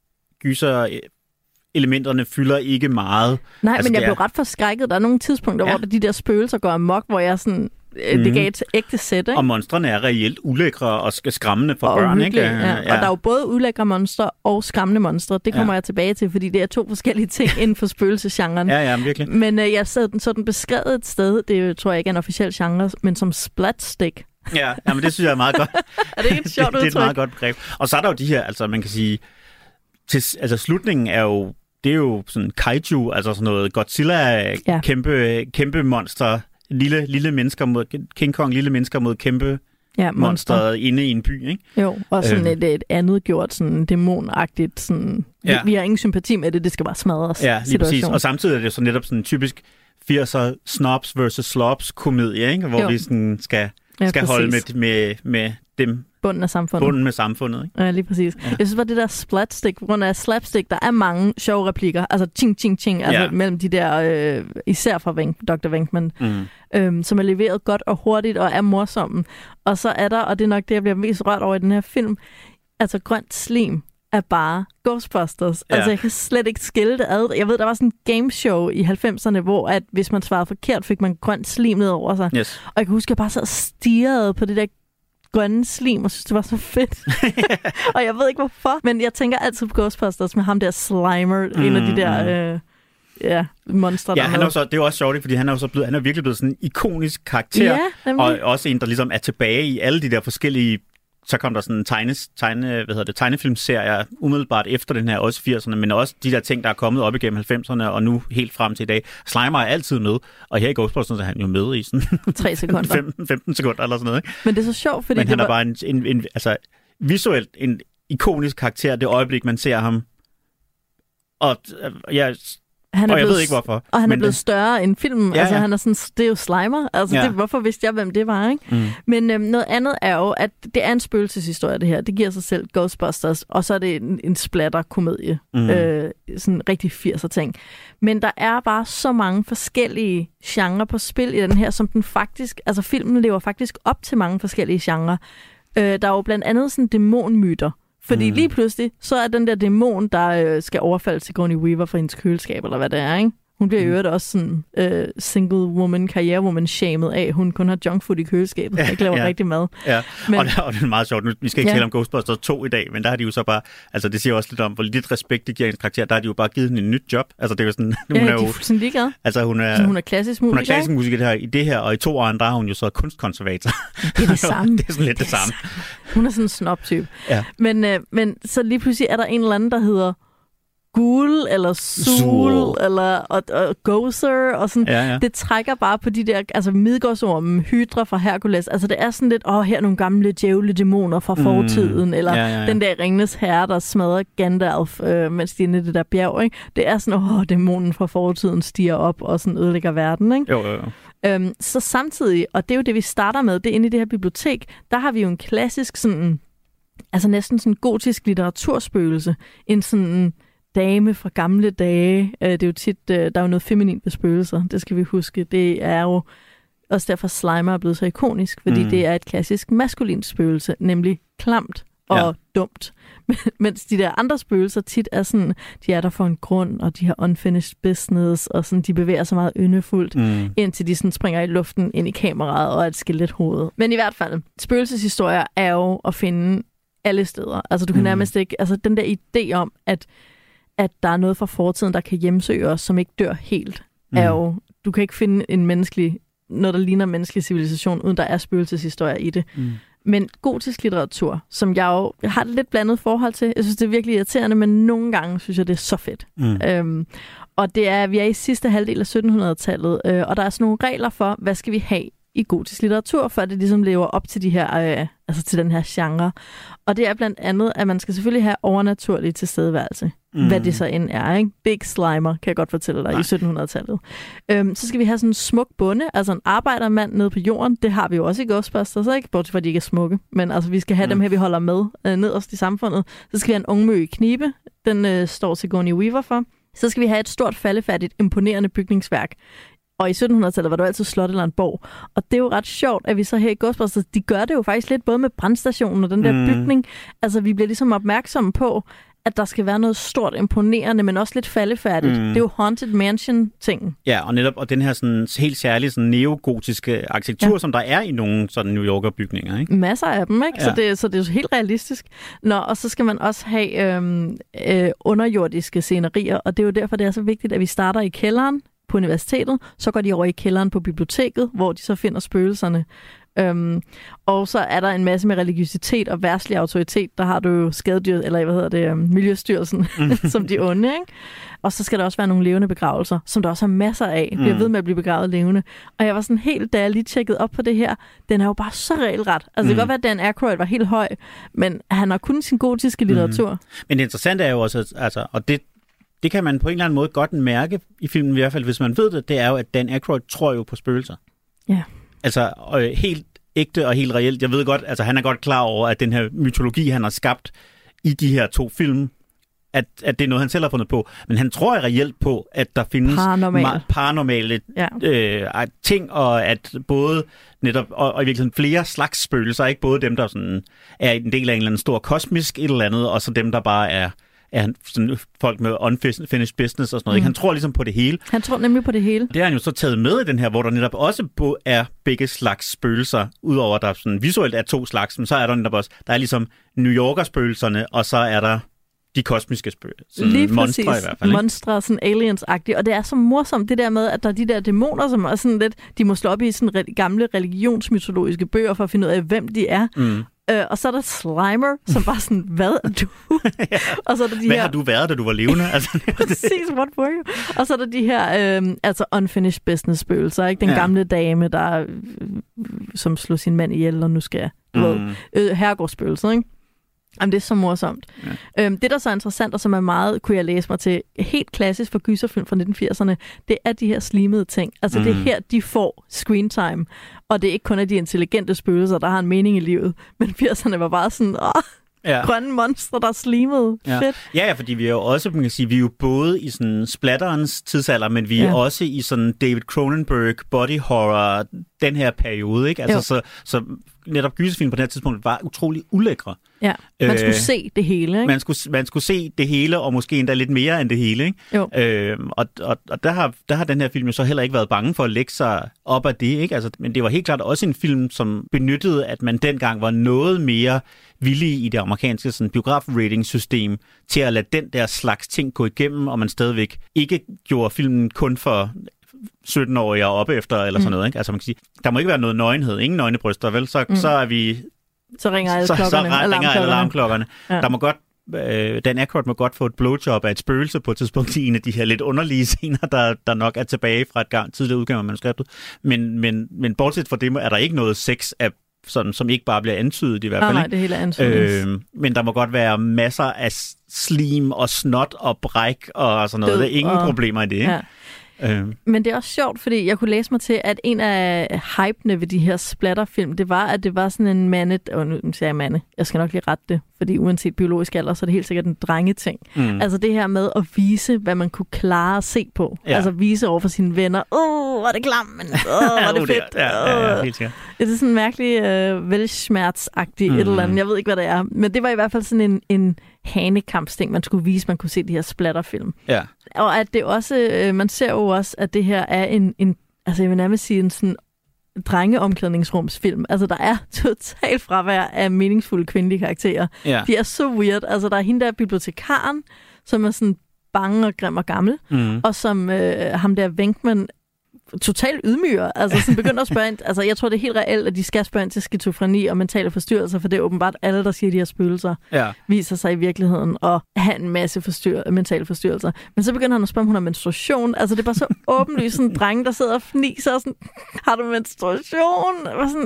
gyser elementerne fylder ikke meget. Nej, altså, men jeg blev ret forskrækket. Der er nogle tidspunkter, ja. hvor de der spøgelser går amok, hvor jeg sådan... Mm. Det gav et ægte sæt, ikke? Og monstrene er reelt ulækre og skræmmende for og børn, ikke? Ja. Ja. Og der er jo både ulækre monstre og skræmmende monstre. Det kommer ja. jeg tilbage til, fordi det er to forskellige ting inden for spøgelsesgenren. Ja, ja, virkelig. Men øh, jeg så den, så den beskrevet et sted, det tror jeg ikke er en officiel genre, men som splatstick. Ja, jamen, det synes jeg er meget godt. Er det ikke et sjovt udtryk? Det er et meget godt begreb. Og så er der jo de her, altså man kan sige, til, altså slutningen er jo, det er jo sådan kaiju, altså sådan noget Godzilla, ja. kæmpe, kæmpe monster, Lille, lille mennesker mod King Kong, lille mennesker mod kæmpe ja, monster inde i en by, ikke? Jo, og sådan øhm. et, et andet gjort, sådan dæmonagtigt, sådan, ja. vi, vi har ingen sympati med det, det skal bare smadres. Ja, lige situation. Præcis. Og samtidig er det så netop sådan en typisk firser snobs versus slobs komedie, ikke? Hvor jo. vi sådan skal, ja, skal holde med, med, med dem. Bunden af samfundet. Bunden med samfundet, ikke? Ja, lige præcis. Ja. Jeg synes bare, det der slapstick, på grund af slapstick, der er mange sjove replikker. Altså ching, ching, ching, altså ja. mellem de der, øh, især fra Venk, doktor Venkman, mm. øhm, som er leveret godt og hurtigt og er morsomme. Og så er der, og det er nok det, jeg bliver mest rørt over i den her film, altså grønt slim er bare Ghostbusters. Ja. Altså, jeg kan slet ikke skille det ad. Jeg ved, der var sådan en gameshow i halvfemserne, hvor at, hvis man svarede forkert, fik man grønt slim ned over sig. Yes. Og jeg kan huske, at jeg bare så stirrede på det der grønne slim, og synes, det var så fedt. Og jeg ved ikke, hvorfor, men jeg tænker altid på Ghostbusters med ham der Slimer, mm, en af de der... Øh, Ja, monster. Ja, han er så, det er jo også sjovt, fordi han er jo så blevet, han er virkelig blevet sådan en ikonisk karakter, ja, og også en, der ligesom er tilbage i alle de der forskellige, så kom der sådan en tegne, tegne, hvad hedder det, tegnefilmserier umiddelbart efter den her, også firserne, men også de der ting, der er kommet op igennem halvfemserne, og nu helt frem til i dag. Slimer er altid med, og her i Ghostbusters er han jo med i sådan tre sekunder. femten, femten sekunder eller sådan noget, ikke? Men det er så sjovt, fordi men han det er var... bare en, en, en, altså visuelt en ikonisk karakter, det øjeblik, man ser ham. Og jeg... Han er og jeg blevet, ved ikke hvorfor. Og han men er blevet større end filmen. Ja, altså, ja. han er sådan, det er jo Slimer. Altså, ja. det, hvorfor vidste jeg, hvem det var, ikke? Mm. Men øhm, noget andet er jo, at det er en spøgelseshistorie, det her. Det giver sig selv Ghostbusters, og så er det en, en splatter-komedie. Mm. Øh, sådan rigtig firser ting. Men der er bare så mange forskellige genrer på spil i den her, som den faktisk... Altså, filmen lever faktisk op til mange forskellige genrer. Øh, der er jo blandt andet sådan dæmonmyter. Fordi mm. lige pludselig, så er den der dæmon, der øh, skal overfalde Sigourney Weaver fra hendes køleskab, eller hvad det er, ikke? Hun bliver i øvrigt også sådan øh, single woman, karriere woman shamed af, hun kun har junk food i køleskabet, og ikke laver ja. rigtig mad. Ja, men, og, det, og det er meget sjovt. Vi skal ikke ja. tale om Ghostbusters to i dag, men der har de jo så bare, altså det siger også lidt om, hvor lidt respekt de giver hendes karakter, der har de jo bare givet hende en nyt job. Altså det er jo sådan, ja, hun er jo... de er fuldstændig ligeglade. Altså hun er... Så hun er klassisk musiker. Hun er klassisk musiker det her, i det her, og i to år der er hun jo så kunstkonservator. Det er det samme. Det er sådan lidt det, det samme. Hun er sådan en snob-type. Ja. Men, øh, men så lige pludselig er der en eller anden, der hedder Ghoul, eller Sul, eller og, og Gozer, og sådan. Ja, ja. Det trækker bare på de der, altså Midgårdsormen, Hydra fra Hercules. Altså det er sådan lidt, åh, her er nogle gamle djævle dæmoner fra fortiden, mm. eller ja, ja, ja. den der Ringenes Herre, der smadrer Gandalf, øh, mens de er inde i det der bjerg, ikke? Det er sådan, åh, dæmonen fra fortiden stiger op og sådan ødelægger verden, ikke? Jo, jo, jo. Øhm, så samtidig, og det er jo det, vi starter med, det er inde i det her bibliotek, der har vi jo en klassisk sådan, altså næsten sådan gotisk litteraturspøgelse, en sådan dame fra gamle dage. Det er jo tit, der er jo noget feminint ved spøgelser, det skal vi huske. Det er jo også derfor Slimer er blevet så ikonisk, fordi mm. det er et klassisk maskulint spøgelse, nemlig klamt og ja. dumt. Mens de der andre spøgelser tit er sådan, de er der for en grund, og de har unfinished business, og sådan, de bevæger sig meget yndefuldt, mm. indtil de sådan springer i luften ind i kameraet og er et skelet hoved. Men i hvert fald, spøgelseshistorier er jo at finde alle steder. Altså du kan mm. nærmest ikke, altså den der idé om, at at der er noget fra fortiden, der kan hjemsøge os, som ikke dør helt, mm. er jo, du kan ikke finde en menneskelig, noget, der ligner menneskelig civilisation, uden der er spøgelseshistorier i det. Mm. Men gotisk litteratur, som jeg jo jeg har et lidt blandet forhold til, jeg synes, det er virkelig irriterende, men nogle gange synes jeg, det er så fedt. Mm. Øhm, og det er, vi er i sidste halvdel af syttenhundredetallet, øh, og der er sådan nogle regler for, hvad skal vi have i gotisk litteratur, for at det ligesom lever op til de her, øh, altså til den her genre. Og det er blandt andet, at man skal selvfølgelig have overnaturlig tilstedeværelse. Mm. Hvad det så end er, ikke? Big Slimer, kan jeg godt fortælle dig, nej. I syttenhundredetallet. Øhm, så skal vi have sådan en smuk bonde, altså en arbejdermand nede på jorden. Det har vi jo også i Ghostbusters, ikke? Bortset fra, at de ikke er smukke. Men altså, vi skal have mm. dem her, vi holder med øh, nederst i samfundet. Så skal vi have en ungmø i knibe. Den øh, står Sigourney Weaver for. Så skal vi have et stort, faldefærdigt, imponerende bygningsværk. Og i syttenhundredetallet var der altid slot eller en borg. Og det er jo ret sjovt, at vi så her i Ghostbusters, de gør det jo faktisk lidt både med brandstationen og den der mm. bygning. Altså, vi bliver ligesom opmærksomme på, at der skal være noget stort, imponerende, men også lidt faldefærdigt. Mm. Det er jo Haunted Mansion-ting. Ja, og netop og den her sådan, helt særlige sådan, neogotiske arkitektur, ja. som der er i nogle sådan New Yorker-bygninger, ikke? Masser af dem, ikke? Ja. Så, det, så det er jo helt realistisk. Nå, og så skal man også have øhm, øh, underjordiske scenerier, og det er jo derfor, det er så vigtigt, at vi starter i kælderen på universitetet, så går de over i kælderen på biblioteket, hvor de så finder spøgelserne. Øhm, og så er der en masse med religiøsitet og verdslig autoritet. Der har du jo skadedyr, eller hvad hedder det, um, Miljøstyrelsen, som de onde, ikke? Og så skal der også være nogle levende begravelser, som der også er masser af. Bliver ved med at blive begravet levende. Og jeg var sådan helt, da jeg lige tjekkede op på det her, den er jo bare så regelret. Altså mm. det kan godt være, at Dan Aykroyd var helt høj, men han har kun sin gotiske litteratur. Mm. Men det interessante er jo også, altså, og det Det kan man på en eller anden måde godt mærke i filmen, i hvert fald hvis man ved det, det er jo, at Dan Aykroyd tror jo på spøgelser. Ja. Altså øh, helt ægte og helt reelt. Jeg ved godt, altså han er godt klar over, at den her mytologi, han har skabt i de her to film, at, at det er noget, han selv har fundet på. Men han tror reelt på, at der findes Paranormal. ma- paranormale Ja. øh, ting, og at både netop, og, og i virkeligheden flere slags spøgelser, ikke både dem, der sådan er en del af en eller anden stor kosmisk et eller andet, og så dem, der bare er, er sådan folk med unfinished business og sådan noget. Mm. Han tror ligesom på det hele. Han tror nemlig på det hele. Det har han jo så taget med i den her, hvor der netop også er begge slags spøgelser, udover at der sådan visuelt er to slags, men så er der netop også, der er ligesom New Yorker-spøgelserne, og så er der de kosmiske spøgelser. Lige Monstre præcis. i hvert fald. Ikke? Monstre, sådan aliens-agtige. Og det er så morsomt, det der med, at der er de der dæmoner, som er sådan lidt, de må slå op i sådan re- gamle religionsmytologiske bøger for at finde ud af, hvem de er. Mm. Øh, og så er der Slimer, som bare sådan, hvad er du? Ja. Og så er der de hvad her... har du været, da du var levende? Altså, Præcis, what were you? Og så er der de her, øh, altså unfinished business spøgelser, ikke? Den ja. gamle dame, der øh, som slog sin mand ihjel, og nu skal du mm. ved, øh, herregårdsspøgelser, ikke? Jamen, det er så morsomt. Ja. Øhm, det, der så er interessant, og som er meget, kunne jeg læse mig til, helt klassisk for gyserfilm fra nitten firserne, det er de her slimede ting. Altså, mm. det er her, de får screen time. Og det er ikke kun af de intelligente spøgelser, der har en mening i livet. Men firserne var bare sådan, åh, ja. grønne monstre, der er slimede. Ja. Fedt. Ja, ja, fordi vi er jo også, man kan sige, vi er jo både i sådan splatterens tidsalder, men vi er ja. også i sådan David Cronenberg, body horror, den her periode, ikke? Altså, så, så netop gyserfilm på det her tidspunkt var utrolig ulækre. Ja, man skulle øh, se det hele, ikke? Man skulle, man skulle se det hele, og måske endda lidt mere end det hele, ikke? Jo. Øh, og og, og der, har, der har den her film jo så heller ikke været bange for at lægge sig op af det, ikke? Altså, men det var helt klart også en film, som benyttede, at man dengang var noget mere villig i det amerikanske sådan, biograf-rating-system til at lade den der slags ting gå igennem, og man stadigvæk ikke gjorde filmen kun for sytten-årige og op efter, eller mm. sådan noget, ikke? Altså man kan sige, der må ikke være noget nøgenhed, ingen nøgne bryster, vel? Så, mm. så er vi... Så ringer alle så, klokkerne. Så ringer alle alarmklokkerne. Ja. Der må godt, øh, Dan Aykroyd må godt få et blowjob af et spøgelse på et tidspunkt i en af de her lidt underlige scener, der, der nok er tilbage fra et gang tidligere udgave af manuskriptet. Men, men, men bortset fra det, er der ikke noget sex af sådan, som ikke bare bliver antydet i hvert fald. Nej, nej, det hele er antydet. Øh, men der må godt være masser af slim og snot og bræk og sådan noget. Død, der er ingen og... problemer i det, ikke? Ja. Øh. Men det er også sjovt, fordi jeg kunne læse mig til, at en af hypene ved de her splatterfilm, det var, at det var sådan en mande, og nu siger jeg mande, jeg skal nok lige rette det, fordi uanset biologisk alder, så er det helt sikkert en drengeting. Mm. Altså det her med at vise, hvad man kunne klare at se på. Ja. Altså vise over for sine venner, åh, oh, var det klam, men åh, var det fedt. Ja, ja, ja, helt sikkert. Det er sådan mærkelig øh, velsmertsagtigt mm. et eller andet, jeg ved ikke, hvad det er. Men det var i hvert fald sådan en, en hanekampsting, man skulle vise, man kunne se de her splatterfilm. Ja. Og at det også, øh, man ser jo også, at det her er en, en altså jeg vil nærmest sige en sådan drengeomklædningsrumsfilm. Altså der er totalt fravær af meningsfulde kvindelige karakterer. Ja. De er så weird. Altså der er hende der bibliotekaren, som er sådan bange og grim og gammel, mm. og som øh, ham der Venkman totalt ydmyger. Altså sådan begynder at spørge ind, altså jeg tror det er helt reelt, at de skal spørge ind til skizofreni og mentale forstyrrelser, for det er åbenbart alle, der siger, at de her spøgelser ja. viser sig i virkeligheden og have en masse forstyr- mentale forstyrrelser. Men så begynder han at spørge, om hun har menstruation. Altså det er bare så åbenlyst sådan en dreng, der sidder og fniser og sådan, har du menstruation? Og sådan,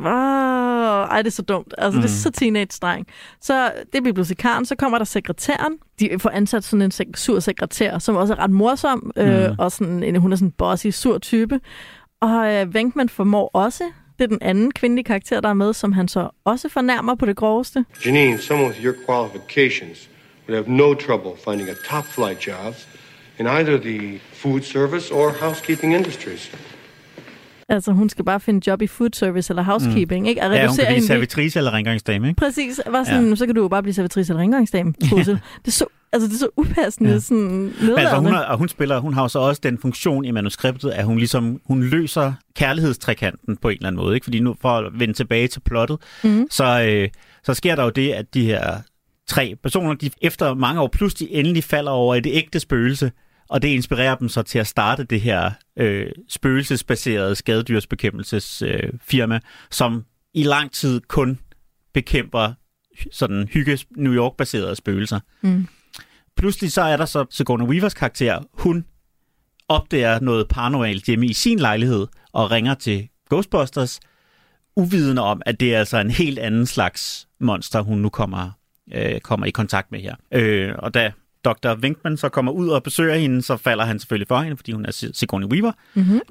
wow. Ej, det er så dumt. Altså mm. det er så teenage-dreng. Så det er bibliotekaren, så kommer der sekretæren. De får ansat sådan en sek- sur sekretær, som også er ret morsom, mm. øh, og sådan en, hun er sådan en bossy, sur type. Og øh, Venkman formår også, det er den anden kvindelige karakter, der er med, som han så også fornærmer på det groveste. Janine, someone with your qualifications would have no trouble finding a top-flight job in either the food service or housekeeping industries. Altså, hun skal bare finde job i food service eller housekeeping, mm. ikke? At ja, hun kan blive servitrice eller rengøringsdame, ikke? Præcis. Var sådan, ja. Så kan du jo bare blive servitrice eller rengøringsdame. Ja. Det er så, altså, det er så upassende, ja. Sådan nedladende. Altså, hun, har, og hun spiller, hun har jo så også den funktion i manuskriptet, at hun ligesom, hun løser kærlighedstrekanten på en eller anden måde, ikke? Fordi nu, for at vende tilbage til plottet, mm. så, øh, så sker der jo det, at de her tre personer, de efter mange år pludselig endelig falder over i det ægte spøgelse, og det inspirerer dem så til at starte det her øh, spøgelsesbaserede skadedyrsbekæmpelsesfirma, øh, som i lang tid kun bekæmper sådan hygge New York-baserede spøgelser. Mm. Pludselig så er der så Sigourney Weavers karakter. Hun opdager noget paranormalt hjemme i sin lejlighed og ringer til Ghostbusters, uvidende om, at det er altså en helt anden slags monster, hun nu kommer, øh, kommer i kontakt med her. Øh, og da doktor Venkman så kommer ud og besøger hende, så falder han selvfølgelig for hende, fordi hun er Sigourney Weaver. Mm-hmm. Men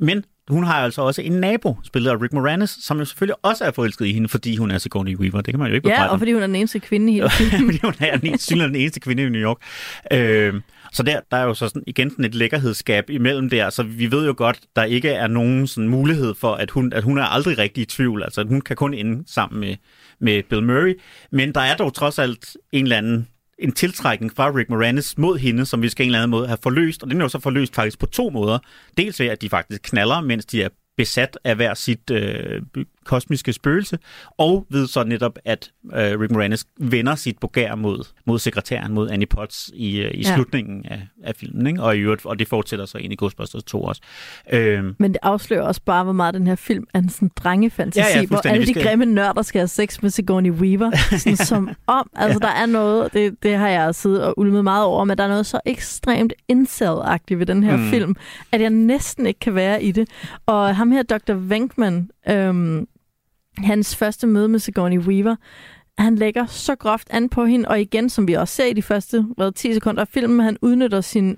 hun har altså også en nabo, spillet af Rick Moranis, som jo selvfølgelig også er forelsket i hende, fordi hun er Sigourney Weaver. Det kan man jo ikke bebrejde. Ja, og fordi hun er den eneste kvinde i hele filmen. Fordi hun er den eneste, den eneste kvinde i New York. Øh, så der, der er jo så sådan, igen sådan et lækkerhedsgab imellem der, så vi ved jo godt, der ikke er nogen sådan mulighed for, at hun, at hun er aldrig rigtig i tvivl. Altså, hun kan kun ende sammen med, med Bill Murray. Men der er dog trods alt en eller anden en tiltrækning fra Rick Moranis mod hende, som vi skal en eller anden måde have forløst. Og den er jo så forløst faktisk på to måder. Dels ved, at de faktisk knaller, mens de er besat af hver sit øh, kosmiske spøgelse, og ved så netop, at øh, Rick Moranis vender sit begær mod, mod sekretæren, mod Annie Potts i, øh, i ja. slutningen af, af filmen, ikke? Og, i øvrigt, og det fortsætter så ind i Ghostbusters to også. Øh, Men det afslører også bare, hvor meget den her film er en sådan drengefantasi, ja, ja, hvor alle de skal... grimme nørder skal have sex med Sigourney Weaver, sådan som om, altså ja. der er noget, det, det har jeg siddet og ulmet meget over, men der er noget så ekstremt incel-agtigt ved den her mm. film, at jeg næsten ikke kan være i det. Og ham her, doktor Venkman, øhm, hans første møde med Sigourney Weaver, han lægger så groft an på hende, og igen, som vi også ser i de første hvad, ti sekunder af filmen, han udnytter sine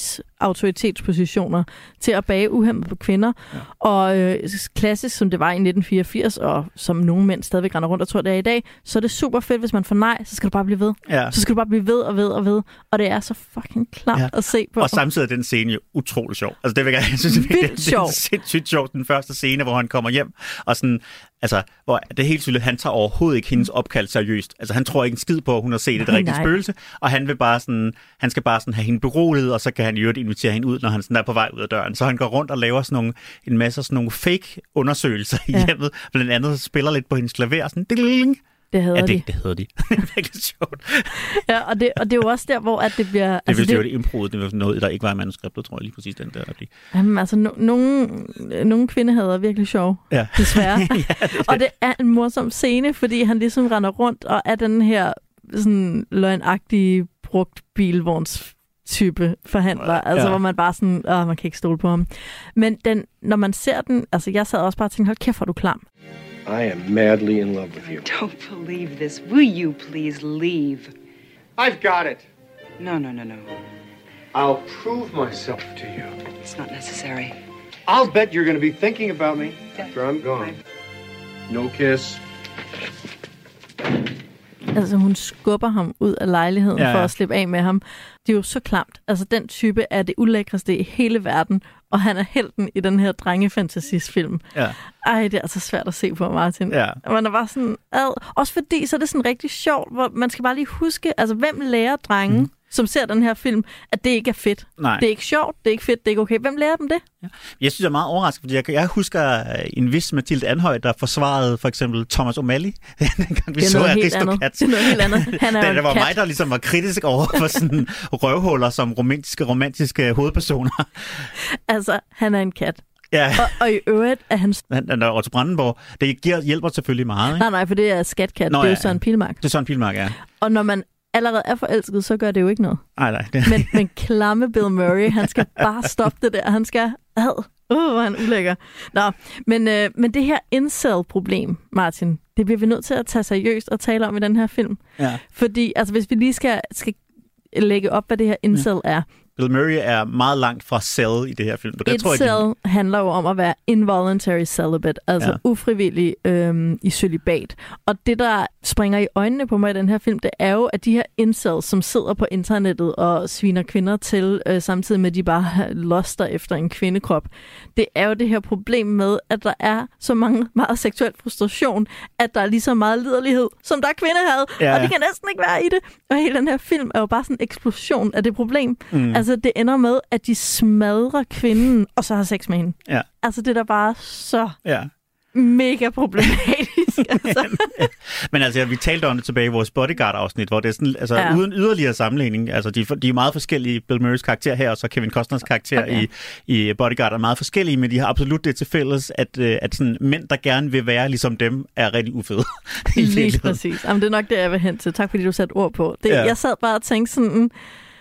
arbejdsautoritetspositioner til at bage uhæmmet på kvinder. Ja. Og øh, klassisk, som det var i nitten fireogfirs, og som nogle mænd stadigvæk render rundt og tror, det er i dag, så er det super fedt, hvis man får nej, så skal du bare blive ved. Ja. Så skal du bare blive ved og ved og ved. Og det er så fucking klamt ja. at se på. Og samtidig er den scene jo utrolig sjov. Altså det vil jeg, jeg synes, det, det, det er sindssygt sjovt, den første scene, hvor han kommer hjem, og sådan, altså, hvor det er helt tydeligt, han tager overhovedet ikke hendes opkald seriøst. Altså, han tror ikke en skid på, at hun har set et rigtigt spøgelse, og han vil bare sådan, han skal bare sådan have hende beroliget, og så kan han i øvrigt invitere hende ud, når han sådan er på vej ud af døren. Så han går rundt og laver sådan nogle, en masse sådan nogle fake undersøgelser i ja. hjemmet. Blandt andet spiller lidt på hendes klaver, sådan, ding. Det hedder ja, det, de. det hedder de. Det er virkelig sjovt. Ja, og det, og det er jo også der, hvor at det bliver... Det altså det, det var det improet, det var noget, der ikke var i manuskriptet, tror jeg lige præcis den der. Jamen, altså, no, nogle, nogle kvindehader er virkelig sjov, ja. desværre. ja, det, det. Og det er en morsom scene, fordi han ligesom render rundt og er den her sådan løgnagtige brugt bilvogns type forhandler, ja. altså hvor man bare sådan, åh, man kan ikke stole på ham. Men den, når man ser den, altså jeg sad også bare og tænkte, hold kæft, hvor er du klam. I am madly in love with you. Don't believe this. Will you please leave? I've got it. No, no, no, no. I'll prove myself to you. It's not necessary. I'll bet you're going to be thinking about me after I'm gone. No kiss. Altså, hun skubber ham ud af lejligheden ja, ja. for at slippe af med ham. Det er jo så klamt. Altså, den type er det ulækreste i hele verden, og han er helten i den her drengefantasisfilm. Ja. Ej, det er altså svært at se på, Martin. Ja. Man er bare sådan, ad. Også fordi, så er det sådan rigtig sjovt, hvor man skal bare lige huske, altså, hvem lærer drenge, mm. som ser den her film, at det ikke er fedt. Nej. Det er ikke sjovt, det er ikke fedt, det er ikke okay. Hvem lærer dem det? Ja. Jeg synes, det er meget overraskende, fordi jeg, jeg husker en vis Mathilde Anhøj, der forsvarede for eksempel Thomas O'Malley. Dengang vi så Aristocats. Det er noget helt andet. Han er det, det var kat. Mig, der ligesom var kritisk over for sådan røvhuller som romantiske, romantiske hovedpersoner. Altså, han er en kat. Ja. Og, og i øvrigt er han... Han er Otto Brandenborg. Det giver, hjælper selvfølgelig meget, ikke? Nej, nej, for det er Skatkat. Nå, det er jo ja, Søren Pilmark. Det er Søren Pilmark, ja. Og når man allerede er forelsket, så gør det jo ikke noget. Nej, nej. Det... Men, men klamme Bill Murray, han skal bare stoppe det der. Han skal... Ad. Uh, hvor er han ulækker. Nå, men, øh, men det her incel-problem, Martin, det bliver vi nødt til at tage seriøst og tale om i den her film. Ja. Fordi, altså, hvis vi lige skal, skal lægge op, hvad det her incel ja. er. Bill Murray er meget langt fra cell i det her film. Det Et tror jeg, cell de... handler jo om at være involuntary celibate, altså ja. ufrivillig øhm, i celibat. Og det, der springer i øjnene på mig i den her film, det er jo, at de her incels, som sidder på internettet og sviner kvinder til, øh, samtidig med, at de bare loster efter en kvindekrop, det er jo det her problem med, at der er så mange meget seksuel frustration, at der er lige så meget liderlighed, som der er kvindehad. Ja, ja. Og det kan næsten ikke være i det. Og hele den her film er jo bare sådan en eksplosion af det problem. Mm. Altså, det ender med, at de smadrer kvinden, og så har sex med hende. Ja. Altså, det er da bare så ja. mega problematisk. Altså. Men altså, vi talte om det tilbage i vores Bodyguard-afsnit, hvor det er sådan, altså, ja. uden yderligere sammenligning, altså, de, de er meget forskellige, Bill Murrays karakter her, og så Kevin Costners karakter okay. i, i Bodyguard er meget forskellige, men de har absolut det til fælles, at, at sådan, mænd, der gerne vil være ligesom dem, er rigtig ufede. Lige præcis. Jamen, det er nok det, jeg vil hen til. Tak, fordi du satte ord på det. Ja. Jeg sad bare og tænkte sådan...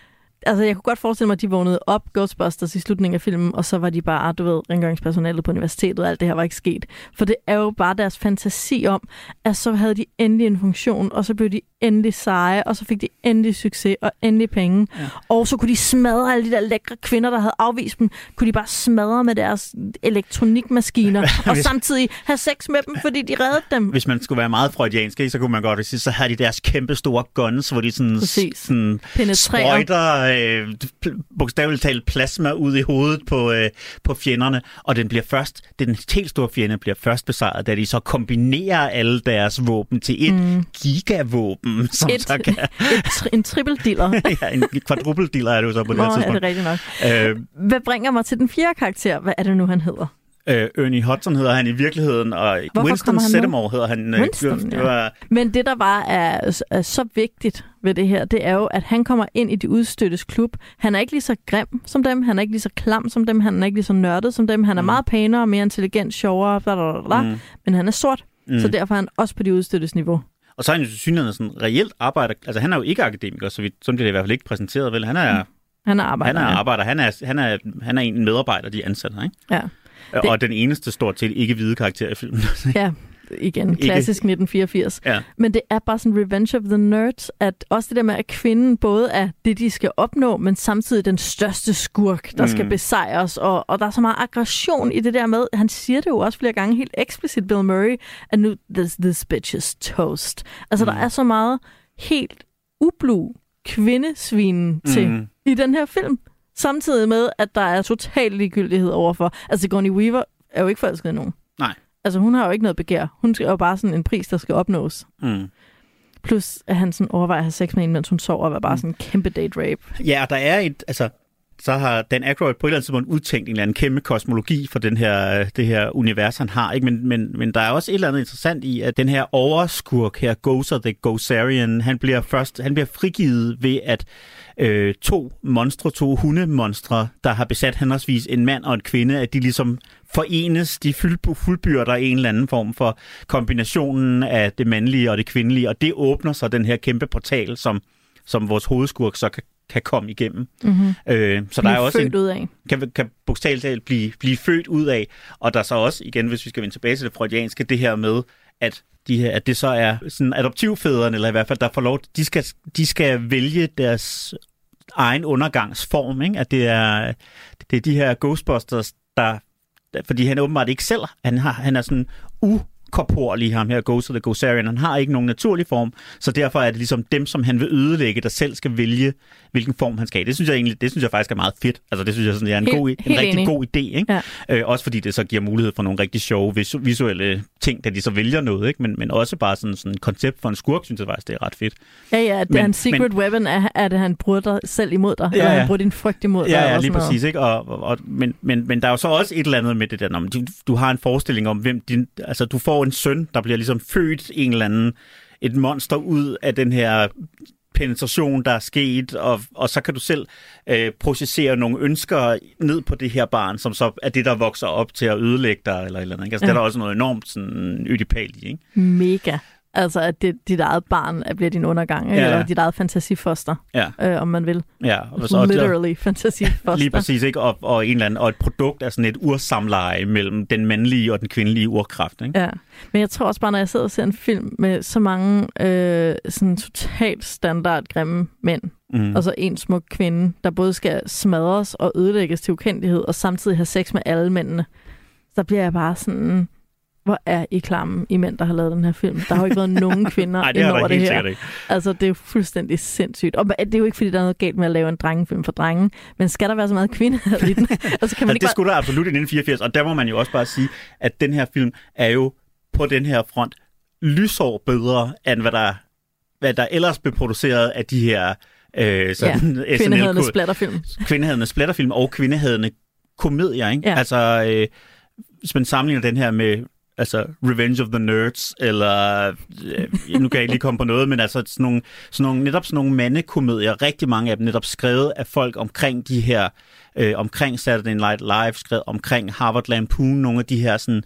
altså, jeg kunne godt forestille mig, at de vågnede op, Ghostbusters, i slutningen af filmen, og så var de bare, du ved, rengøringspersonalet på universitetet, og alt det her var ikke sket. For det er jo bare deres fantasi om, at så havde de endelig en funktion, og så blev de endelig seje, og så fik de endelig succes og endelig penge. Ja. Og så kunne de smadre alle de der lækre kvinder, der havde afvist dem, kunne de bare smadre med deres elektronikmaskiner, og samtidig have sex med dem, fordi de reddede dem. Hvis man skulle være meget freudiansk, så kunne man godt sige, så havde de deres kæmpe store guns, hvor de sådan, sådan sprøjter øh, bogstaveligt talt plasma ud i hovedet på, øh, på fjenderne, og den bliver først, den helt store fjende bliver først besejret, da de så kombinerer alle deres våben til et mm. gigavåben, som et, så kan... et, tri- en trippeldiller. ja, en kvadrupeldiller er det jo så på det her tidspunkt. Nå, er det rigtigt nok. Øh, Hvad bringer mig til den fjerde karakter? Hvad er det nu, han hedder? Øh, Ernie Hudson hedder han i virkeligheden, og Hvorfor Winston Zeddemore hedder han. Winston, det var... ja. Men det, der bare er, er så vigtigt ved det her, det er jo, at han kommer ind i de udstøttes klub. Han er ikke lige så grim som dem, han er ikke lige så klam som dem, han er ikke lige så nørdet som dem, han er mm. meget pænere, mere intelligent, sjovere, bla, bla, bla, mm. men han er sort, mm. så derfor er han også på de udstøttes niveau. Og så er han jo synligheden sådan reelt arbejder, altså han er jo ikke akademiker, så vidt, sådan bliver det i hvert fald ikke præsenteret, vel? Han er, mm. han er arbejder, han er, ja. arbejder. Han, er, han, er, han er en medarbejder, de ansætter, ikke? Ja. Det... Og den eneste stort set ikke-hvide karakter i filmen. Ja, igen, klassisk ikke... nitten fireogfirs. Ja. Men det er bare sådan Revenge of the Nerds, at også det der med, at kvinden både er det, de skal opnå, men samtidig den største skurk, der mm. skal besejres. Og, og der er så meget aggression i det der med, han siger det jo også flere gange helt eksplicit, Bill Murray, at nu, this, this bitch is toast. Altså, mm. der er så meget helt ublu kvindesvinen til mm. i den her film. Samtidig med, at der er total ligegyldighed overfor. Altså, Sigourney Weaver er jo ikke forelsket i nogen. Nej. Altså, hun har jo ikke noget begær. Hun er jo bare sådan en pris, der skal opnås. Mm. Plus, at han sådan overvejer at have sex med hende, mens hun sover, og var bare sådan en kæmpe date rape. Ja, der er et, altså, så har Dan Aykroyd på et eller andet tidspunkt udtænkt en eller anden kæmpe kosmologi for den her, det her univers, han har. Ikke? Men, men, men der er også et eller andet interessant i, at den her overskurk her, Gozer the Gozerian, han bliver først, han bliver frigivet ved, at øh, to monstre, to hundemonstre, der har besat henholdsvis en mand og en kvinde, at de ligesom forenes, de fuldbyrder en eller anden form for kombinationen af det mandlige og det kvindelige, og det åbner så den her kæmpe portal, som, som vores hovedskurk så kan kan komme igennem. Mm-hmm. Øh, så der er også en, ud af. kan, kan bogstaveligt talt blive, blive født ud af, og der er så også, igen, hvis vi skal vende tilbage til det freudianske, det her med, at, de her, at det så er sådan adoptivfædrene, eller i hvert fald, der får lov, de skal, de skal vælge deres egen undergangsform, ikke? At det er, det er de her Ghostbusters, der, fordi han åbenbart ikke selv, han, har, han er sådan u korporlig, ham her, Gozer the Gozerian. Han har ikke nogen naturlig form, så derfor er det ligesom dem, som han vil ødelægge, der selv skal vælge, hvilken form han skal have. Det synes jeg egentlig, det synes jeg faktisk er meget fedt. Altså det synes jeg sådan, det er en, helt, god, en rigtig enig. god idé, ikke? Ja. Øh, også fordi det så giver mulighed for nogle rigtig sjove visu- visuelle ting, da de så vælger noget, ikke? Men, men også bare sådan sådan et koncept for en skurk, synes jeg faktisk, det er ret fedt. Ja, ja, det men, er en secret men, weapon, er, at han bruger dig selv imod dig, ja, eller han bruger din frygt imod dig. Ja, ja, lige præcis, ikke? Og, og, og, men, men, men der er jo så også et eller andet med det der, når du, du har en forestilling om, hvem din, altså du får en søn, der bliver ligesom født en eller anden, et monster ud af den her penetration, der er sket, og, og så kan du selv øh, processere nogle ønsker ned på det her barn, som så er det, der vokser op til at ødelægge dig, eller eller andet. Altså, ja. Det er der også noget enormt sådan ødipalt i, ikke? Mega. Altså, at det, dit eget barn bliver din undergang, ja, eller dit eget fantasifoster, ja. øh, om man vil. Ja. Og så, literally fantasifoster. Lige præcis, ikke? Og, og, en eller anden, og et produkt er sådan et ursamleje mellem den mandlige og den kvindelige urkraft, ikke? Ja, men jeg tror også bare, når jeg sidder og ser en film med så mange øh, sådan totalt standard grimme mænd, mm. og så en smuk kvinde, der både skal smadres og ødelægges til ukendelighed, og samtidig have sex med alle mændene, så bliver jeg bare sådan... Hvor er I klamme, I mænd, der har lavet den her film? Der har jo ikke været nogen kvinder Ej, det ind over det her. Ikke. Altså, det er jo fuldstændig sindssygt. Og det er jo ikke, fordi der er noget galt med at lave en drengefilm for drenge, men skal der være så meget kvinder i den? Altså, kan man ja, ikke det bare... skulle der absolut i nitten fireogfirs, og der må man jo også bare sige, at den her film er jo på den her front lysår bedre, end hvad der, hvad der ellers blev produceret af de her øh, sådan ja, kvindehadende splatterfilm. Kvindehadende splatterfilm og kvindehadende komedier, ikke? Ja. Altså, øh, hvis man sammenligner den her med altså Revenge of the Nerds, eller øh, nu kan jeg ikke lige komme på noget, men altså sådan nogle, sådan nogle, netop sådan nogle mandekomedier, rigtig mange af dem netop skrevet af folk omkring de her, øh, omkring Saturday Night Live, skrevet omkring Harvard Lampoon, nogle af de her sådan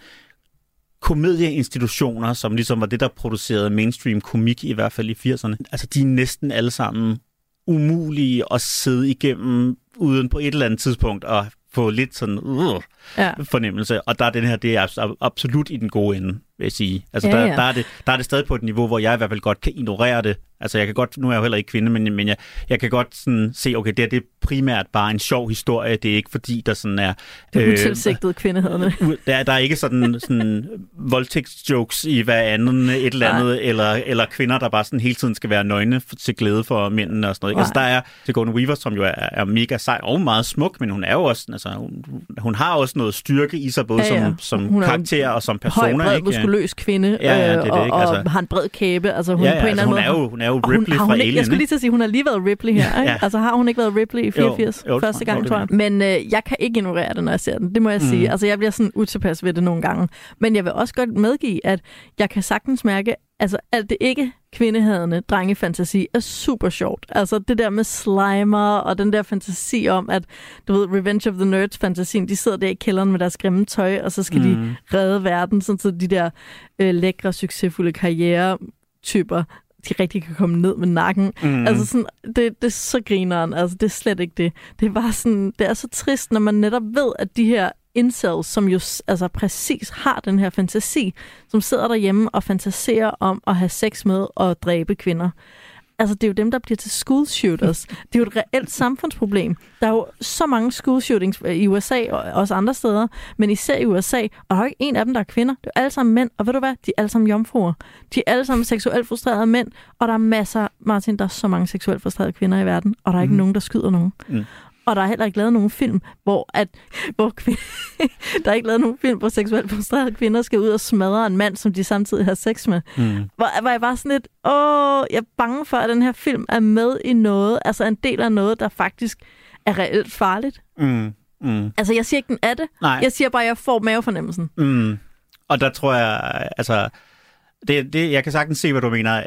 komedieinstitutioner, som ligesom var det, der producerede mainstream komik, i hvert fald i firserne. Altså, de er næsten alle sammen umulige at sidde igennem uden på et eller andet tidspunkt at få lidt sådan uh, ja. fornemmelse. Og der er den her, det er absolut i den gode ende, vil jeg sige. Altså, ja, der, ja. Der, er det, der er det stadig på et niveau, hvor jeg i hvert fald godt kan ignorere det. Altså, jeg kan godt, nu er jeg jo heller ikke kvinde, men, men jeg, jeg kan godt sådan se, okay, det er, det er primært bare en sjov historie. Det er ikke fordi, der sådan er... Det er utilsigtet øh, kvindehederne. Der, der er ikke sådan, sådan voldtægtsjokes i hver anden et eller andet, eller, eller kvinder, der bare sådan hele tiden skal være nøgne til glæde for mændene og sådan noget. Altså, der er Sigourney Weaver, som jo er, er mega sej og meget smuk, men hun er jo også... Altså, hun, hun har også noget styrke i sig, både ja, ja. som, som karakter og som persona. Høj, bred, muskuløs kvinde, ja, ja, det er det, og, ikke? Altså, og har en bred kæbe. Altså, hun ja, ja, på en altså, eller anden hun, måde, er jo, hun er jo Ripley hun, fra hun, Alien. Jeg skulle lige til at sige, hun har lige været Ripley her. Ikke? Ja. Altså har hun ikke været Ripley i fireogfirs jo, jo, første gang, tror jeg. Men øh, jeg kan ikke ignorere det, når jeg ser den. Det må jeg mm. sige. Altså jeg bliver sådan utilpas ved det nogle gange. Men jeg vil også godt medgive, at jeg kan sagtens mærke, altså alt det ikke kvindehadende drengefantasi er super sjovt. Altså det der med slimer og den der fantasi om, at du ved, Revenge of the Nerds-fantasien, de sidder der i kælderen med deres grimme tøj, og så skal mm. de redde verden, sådan så de der øh, lækre, succesfulde karrieretyper, de rigtig kan komme ned med nakken. Mm. Altså sådan, det, det er så grineren. Altså det er slet ikke det. Det er bare sådan, det er så trist, når man netop ved, at de her incels, som jo altså præcis har den her fantasi, som sidder derhjemme og fantaserer om at have sex med og dræbe kvinder. Altså, det er jo dem, der bliver til school shooters. Det er jo et reelt samfundsproblem. Der er jo så mange school shootings i U S A og også andre steder, men især i U S A, og der er jo ikke en af dem, der er kvinder. Det er alle sammen mænd, og ved du hvad? De er alle sammen jomfruer. De er alle sammen seksuelt frustrerede mænd, og der er masser, Martin, der er så mange seksuelt frustrerede kvinder i verden, og der er ikke mm. nogen, der skyder nogen. Mm. Og der er heller ikke lavet nogen film, hvor, at, hvor kvinder, der er ikke lavet nogen film, hvor seksuelt frustrerede kvinder skal ud og smadre en mand, som de samtidig har sex med. Mm. Hvor, hvor jeg bare sådan lidt, åh, jeg er bange for, at den her film er med i noget, altså en del af noget, der faktisk er reelt farligt. Mm. Mm. Altså, jeg siger ikke, den er det. Nej. Jeg siger bare, at jeg får mavefornemmelsen. Mm. Og der tror jeg, altså, det, det, jeg kan sagtens se, hvad du mener.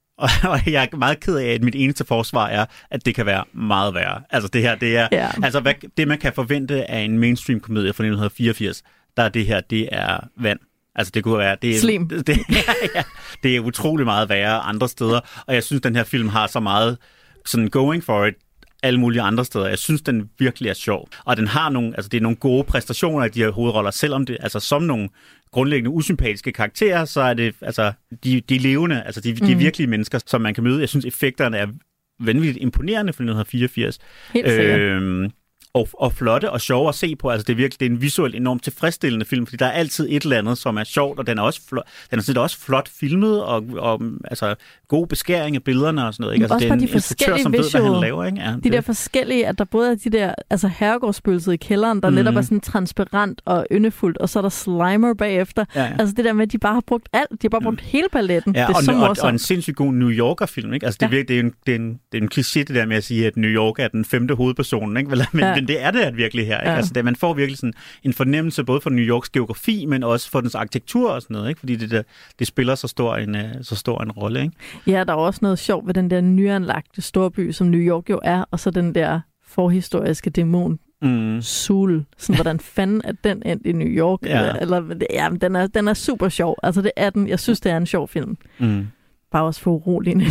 Og jeg er meget ked af, at mit eneste forsvar er, at det kan være meget værre. Altså det her, det er, ja. altså hvad, det man kan forvente af en mainstream-komedie fra nitten fireogfirs, der er det her, det er vand. Altså det kunne være, det er, Slim. Det, ja, ja, det er utrolig meget værre andre steder, og jeg synes, den her film har så meget sådan going for it alle mulige andre steder. Jeg synes, den virkelig er sjov. Og den har nogle, altså det er nogle gode præstationer af de her hovedroller, selvom det, altså som nogle grundlæggende usympatiske karakterer, så er det, altså, de, de levende, altså de, de mm. virkelige mennesker, som man kan møde. Jeg synes, effekterne er vanvittigt imponerende for nitten fireogfirs. Helt sikkert. Øhm, og, og flotte og sjove at se på. Altså det er virkelig det er en visuelt enormt tilfredsstillende film, fordi der er altid et eller andet, som er sjovt, og den er også flot, den er også flot filmet, og, og altså god beskæring af billederne og sådan noget. Ikke? Altså, også det er en de instruktør, som ved, hvad han laver. Ikke? Ja, de det. der forskellige, at der både er de der altså herregårdsspøgelset i kælderen, der mm. netop er sådan transparent og yndefuldt, og så er der Slimer bagefter. Ja, ja. Altså det der med, at de bare har brugt alt. De har bare brugt mm. hele paletten. Ja, det er og, så og, og en sindssygt god New Yorker-film. Ikke? Altså det er, ja. virkelig, det, er en, det, er en, det er en kliché, det der med at sige, at New York er den femte hovedperson. Ikke? Men, ja. men det er det virkelig her. Ikke? Ja. Altså, det, man får virkelig sådan en fornemmelse både for New Yorks geografi, men også for dens arkitektur og sådan noget, ikke? Fordi det, der, det spiller så stor en, så stor en rolle. Ikke? Ja, der er også noget sjovt ved den der nyanlagte storby, som New York jo er, og så den der forhistoriske dæmon, mm. Sul. Sådan, hvordan fanden er den endt i New York? Ja. Eller, ja, den er, den er super sjov. Altså, det er den. Jeg synes, det er en sjov film. Mm. Bare også for uroligende.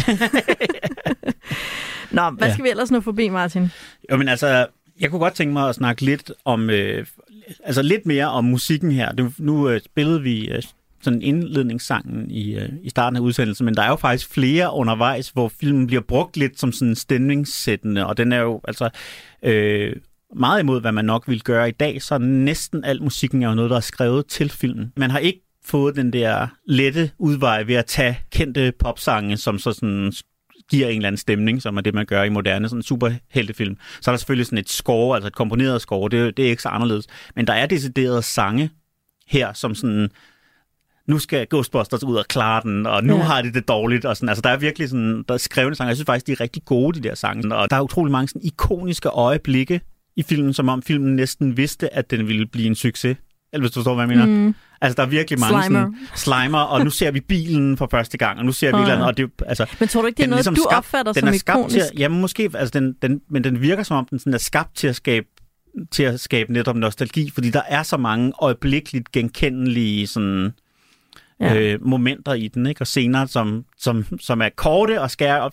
Nå, hvad ja. skal vi ellers nå forbi, Martin? Jo, men altså... Jeg kunne godt tænke mig at snakke lidt om, øh, altså lidt mere om musikken her. Nu, nu øh, spillede vi øh, sådan indledningssangen i, øh, i starten af udsendelsen, men der er jo faktisk flere undervejs, hvor filmen bliver brugt lidt som sådan stemningssættende, og den er jo altså øh, meget imod, hvad man nok ville gøre i dag, så næsten al musikken er jo noget, der er skrevet til filmen. Man har ikke fået den der lette udvej ved at tage kendte popsange, som så sådan giver en eller anden stemning, som er det, man gør i moderne sådan superheltefilm. Så er der selvfølgelig sådan et score, altså et komponeret score, det, det er ikke så anderledes. Men der er deciderede sange her, som sådan, nu skal Ghostbusters ud og klare den, og nu ja. har de det dårligt, og sådan. Altså der er virkelig sådan, der er skrevne sange, jeg synes faktisk, de er rigtig gode, de der sange, og der er utrolig mange sådan ikoniske øjeblikke i filmen, som om filmen næsten vidste, at den ville blive en succes. Eller hvis du forstår, hvad jeg mener. Mm. Altså, der er virkelig mange slimer. Sådan, slimer, og nu ser vi bilen for første gang, og nu ser vi oh, et eller andet, og det, altså... Men tror du ikke, det er noget, ligesom du skabt, opfatter som ikonisk? Til, jamen, måske, altså, den, den, men den virker som om, den sådan er skabt til at skabe til at skabe netop nostalgi, fordi der er så mange øjeblikkeligt genkendelige sådan, ja. øh, momenter i den, ikke? Og scener, som, som, som er korte og skærer op.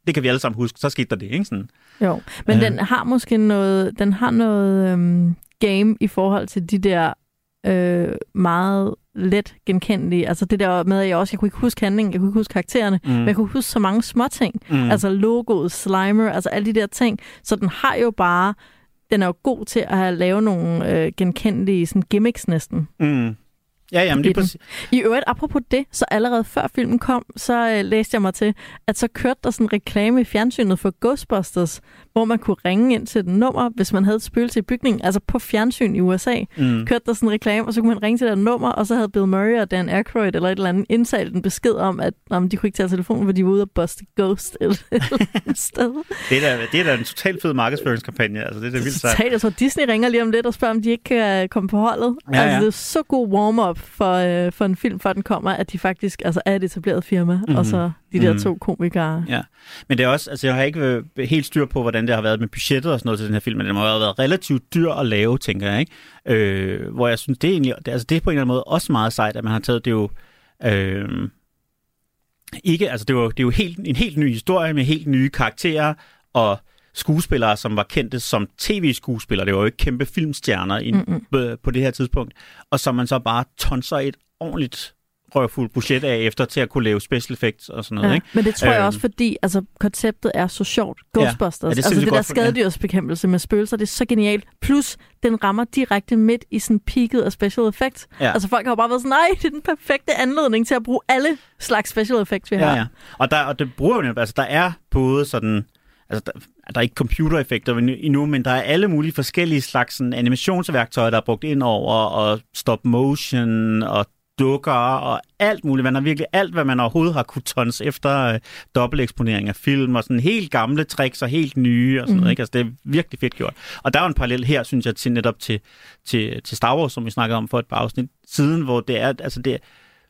det kan vi alle sammen huske, så skete der det, ikke sådan? Jo, men Øh. den har måske noget, den har noget øhm, game i forhold til de der øh, meget let genkendelige, altså det der med, at jeg også, jeg kunne ikke huske handlingen, jeg kunne ikke huske karaktererne, mm. men jeg kunne huske så mange små ting, mm. altså logoet, Slimer, altså alle de der ting, så den har jo bare, den er jo god til at have lavet nogle øh, genkendelige sådan gimmicks næsten. Mm. Ja, jamen lige præcis. I øvrigt, apropos det, så allerede før filmen kom, så øh, læste jeg mig til, at så kørte der sådan en reklame i fjernsynet for Ghostbusters, hvor man kunne ringe ind til et nummer, hvis man havde et spøgelse i bygningen, altså på fjernsyn i U S A. Mm. Kørte der sådan en reklame, og så kunne man ringe til det nummer, og så havde Bill Murray og Dan Aykroyd eller et eller andet indtalt en besked om, at om de kunne ikke tage telefonen, fordi de var ude og buste ghost et eller andet sted. Det er da, det er da en totalt fed markedsføringskampagne. Altså, det er da vildt sejt. Jeg tror, Disney ringer lige om lidt og spørger, om de ikke kan komme på holdet. Ja, altså, ja. Det er så god warm-up for, øh, for en film, før den kommer, at de faktisk altså, er et etableret firma, mm-hmm. og så de der mm-hmm. to komikere. Ja, men det er også, altså jeg har ikke helt styr på, hvordan det har været med budgettet og sådan noget til den her film, men den må have været relativt dyr at lave, tænker jeg, ikke? Øh, hvor jeg synes, det er egentlig, det, altså det er på en eller anden måde også meget sejt, at man har taget, det jo, øh, ikke, altså det var, det er jo helt, en helt ny historie med helt nye karakterer og skuespillere, som var kendte som tv-skuespillere. Det var jo ikke kæmpe filmstjerner i, på det her tidspunkt. Og som man så bare tonser et ordentligt røvfuldt budget af efter til at kunne lave special effects og sådan noget. Ja, ikke? Men det tror jeg øhm. også, fordi altså, konceptet er så sjovt. Ghostbusters, ja, ja, det altså det der for, skadedyrsbekæmpelse med spøgelser, det er så genialt. Plus, den rammer direkte midt i sådan peaket af special effects. Ja. Altså folk har jo bare været sådan, nej, det er den perfekte anledning til at bruge alle slags special effects, vi har. Ja, ja. Og, der, og det bruger jo, altså der er både sådan, altså der, der er ikke computereffekter endnu, men der er alle mulige forskellige slags sådan, animationsværktøjer, der er brugt ind over, og stop motion, og dukker og alt muligt. Man har virkelig alt, hvad man overhovedet har kunnet tons efter øh, dobbelteksponering af film, og sådan helt gamle tricks og helt nye, og sådan mm. noget, ikke? Altså, det er virkelig fedt gjort. Og der er jo en parallel her, synes jeg, til netop til, til, til Star Wars, som vi snakkede om for et par afsnit siden, hvor det er, altså det er,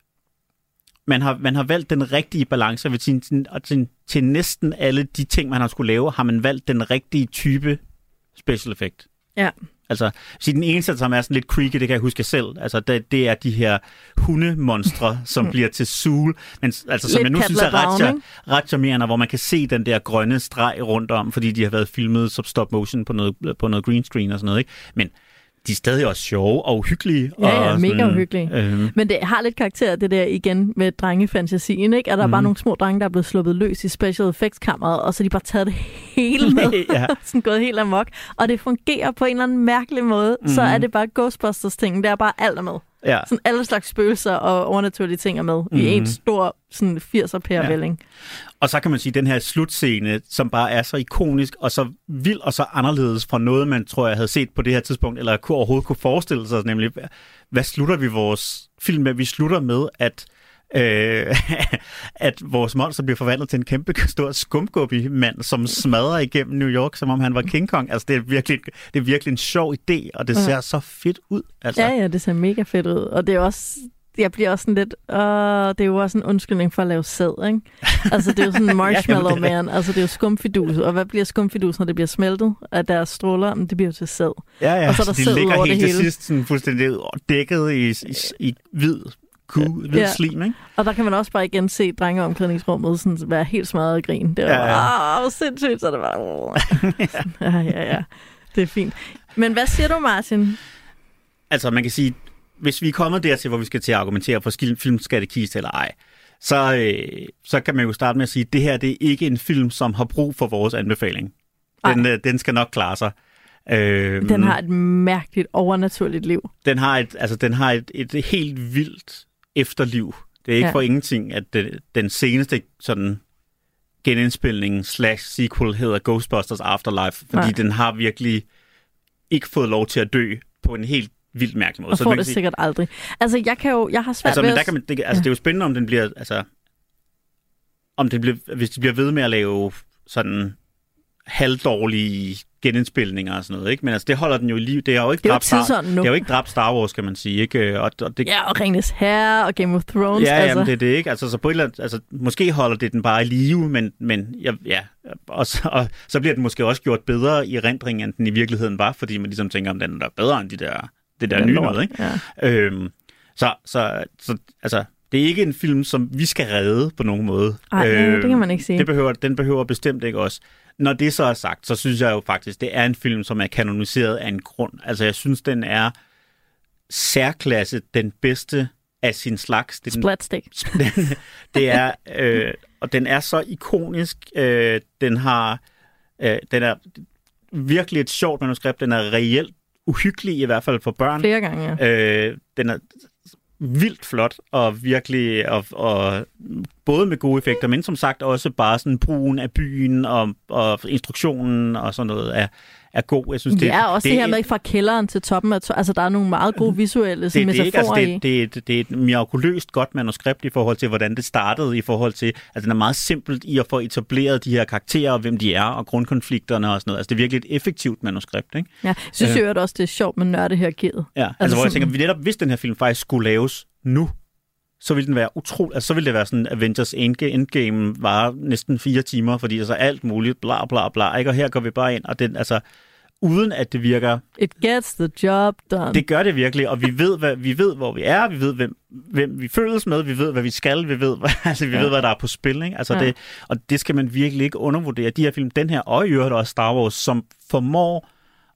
man har, man har valgt den rigtige balance, ved sin, til, til, til næsten alle de ting, man har skulle lave, har man valgt den rigtige type special effect. Ja. Altså, så den eneste, som er sådan lidt creaky, det kan jeg huske selv, altså det, det er de her hundemonstre, som bliver til Zool, men altså som jeg nu synes er ret, ret charmerende, hvor man kan se den der grønne streg rundt om, fordi de har været filmet som stop motion på noget, på noget green screen og sådan noget, ikke? Men de er stadig også sjove og uhyggelige. Ja, ja, og mega sådan, uhyggelige. Øh. Men det har lidt karakter, det der igen med drengefantasien, ikke? At der mm. er bare nogle små drenge, der er blevet sluppet løs i special effects-kammeret, og så de bare taget det hele med. Ja. Sådan gået helt amok. Og det fungerer på en eller anden mærkelig måde. Mm. Så er det bare Ghostbusters-ting. Der er bare alt er med. Ja. Sådan alle slags spøgelser og overnaturlige ting er med mm. i en stor sådan firser pærevælling. Ja. Og så kan man sige, at den her slutscene, som bare er så ikonisk og så vild og så anderledes fra noget, man tror jeg havde set på det her tidspunkt, eller kunne overhovedet kunne forestille sig, nemlig, hvad slutter vi vores film med? Vi slutter med, at øh, at vores monster bliver forvandlet til en kæmpe stor skumgummi-mand, som smadrer igennem New York, som om han var King Kong. Altså, det er virkelig, det er virkelig en sjov idé, og det ser ja. så fedt ud. Altså. Ja, ja, det ser mega fedt ud, og det er også... Jeg bliver også sådan lidt... Øh, det er jo også en undskyldning for at lave sæd, ikke? Altså, det er jo sådan en marshmallow ja, man. Altså, det er jo skumfidus. Og hvad bliver skumfidus, når det bliver smeltet af deres stråler? Men det bliver jo til sæd. Ja, ja. Og så er der de sæd ligger over helt det til hele. sidst sådan fuldstændig dækket i, i, i hvid, ku, hvid ja. slim, ikke? Og der kan man også bare igen se drengeomklædningsrummet sådan være helt smadret af grin. Det er ja, ja. bare, åh, sindssygt, så er det bare... ja, ja, ja. Det er fint. Men hvad siger du, Martin? Altså, man kan sige... Hvis vi er kommet dertil, hvor vi skal til at argumentere for film skal det kiste eller ej, så, øh, så kan man jo starte med at sige, at det her det er ikke en film, som har brug for vores anbefaling. Den, øh, den skal nok klare sig. Øh, den har et mærkeligt, overnaturligt liv. Den har et, altså, den har et, et helt vildt efterliv. Det er ikke ja. for ingenting, at det, den seneste sådan, genindspilning slash sequel hedder Ghostbusters Afterlife, fordi Nej. den har virkelig ikke fået lov til at dø på en helt vildt mærkelig måde. Og så får det sige, sikkert aldrig. Altså, jeg kan jo, jeg har svært altså, ved men der at... kan man, det, altså, ja. det er jo spændende, om den bliver, altså, om det bliver, hvis de bliver ved med at lave sådan halvdårlige genindspilninger og sådan noget, ikke? Men altså, det holder den jo i liv. Det er jo ikke, det er dræbt, jo Star, det er jo ikke dræbt Star Wars, kan man sige, ikke? Og, og det, ja, og Ringenes Herre og Game of Thrones. Ja, altså. jamen, det er det, ikke? Altså, så på et eller andet, altså, måske holder det den bare i live, men, men ja, ja. Og, så, og så bliver den måske også gjort bedre i erindringen, end den i virkeligheden var, fordi man ligesom tænker, om den er bedre end de der det der nye noget, ikke? Ja. Øhm, så, så, så, altså, det er ikke en film, som vi skal redde på nogen måde. Nej, øh, det kan man ikke sige. Det behøver, den behøver bestemt ikke også. Når det så er sagt, så synes jeg jo faktisk, det er en film, som er kanoniseret af en grund. Altså, jeg synes, den er særklasse, den bedste af sin slags. Det, Splatstick. det er, øh, og den er så ikonisk. Øh, den har, øh, den er virkelig et sjovt manuskript. Den er reelt uhyggelig, i hvert fald for børn. Flere gange, ja. Øh, den er vildt flot, og virkelig, og, og både med gode effekter, men som sagt også bare sådan brugen af byen, og, og instruktionen og sådan noget er, er god. Jeg synes, det, ja, også det, det her med fra kælderen til toppen. Af to- altså, der er nogle meget gode visuelle det, metaforer det, altså, i. Det, det, det, det er et mirakuløst godt manuskript i forhold til, hvordan det startede, i forhold til, altså den er meget simpelt i at få etableret de her karakterer, og hvem de er, og grundkonflikterne og sådan noget. Altså, det er virkelig et effektivt manuskript, ikke? Ja, jeg synes jo øh. også, det er sjovt med nørde her givet. Ja, altså, altså hvor sådan... jeg tænker, netop hvis den her film faktisk skulle laves nu, så ville den være utrolig, altså så ville det være sådan, Avengers Endgame var næsten fire timer, fordi altså alt muligt, bla bla bla, ikke? Og her går vi bare ind, og den, altså, uden at det virker... It gets the job done. Det gør det virkelig, og vi ved, hvad, vi ved hvor vi er, vi ved, hvem, hvem vi føles med, vi ved, hvad vi skal, vi ved, hvad, altså, vi ja. ved, hvad der er på spil, ikke? Altså, ja. det, og det skal man virkelig ikke undervurdere. De her film, den her, og i øvrigt også Star Wars, som formår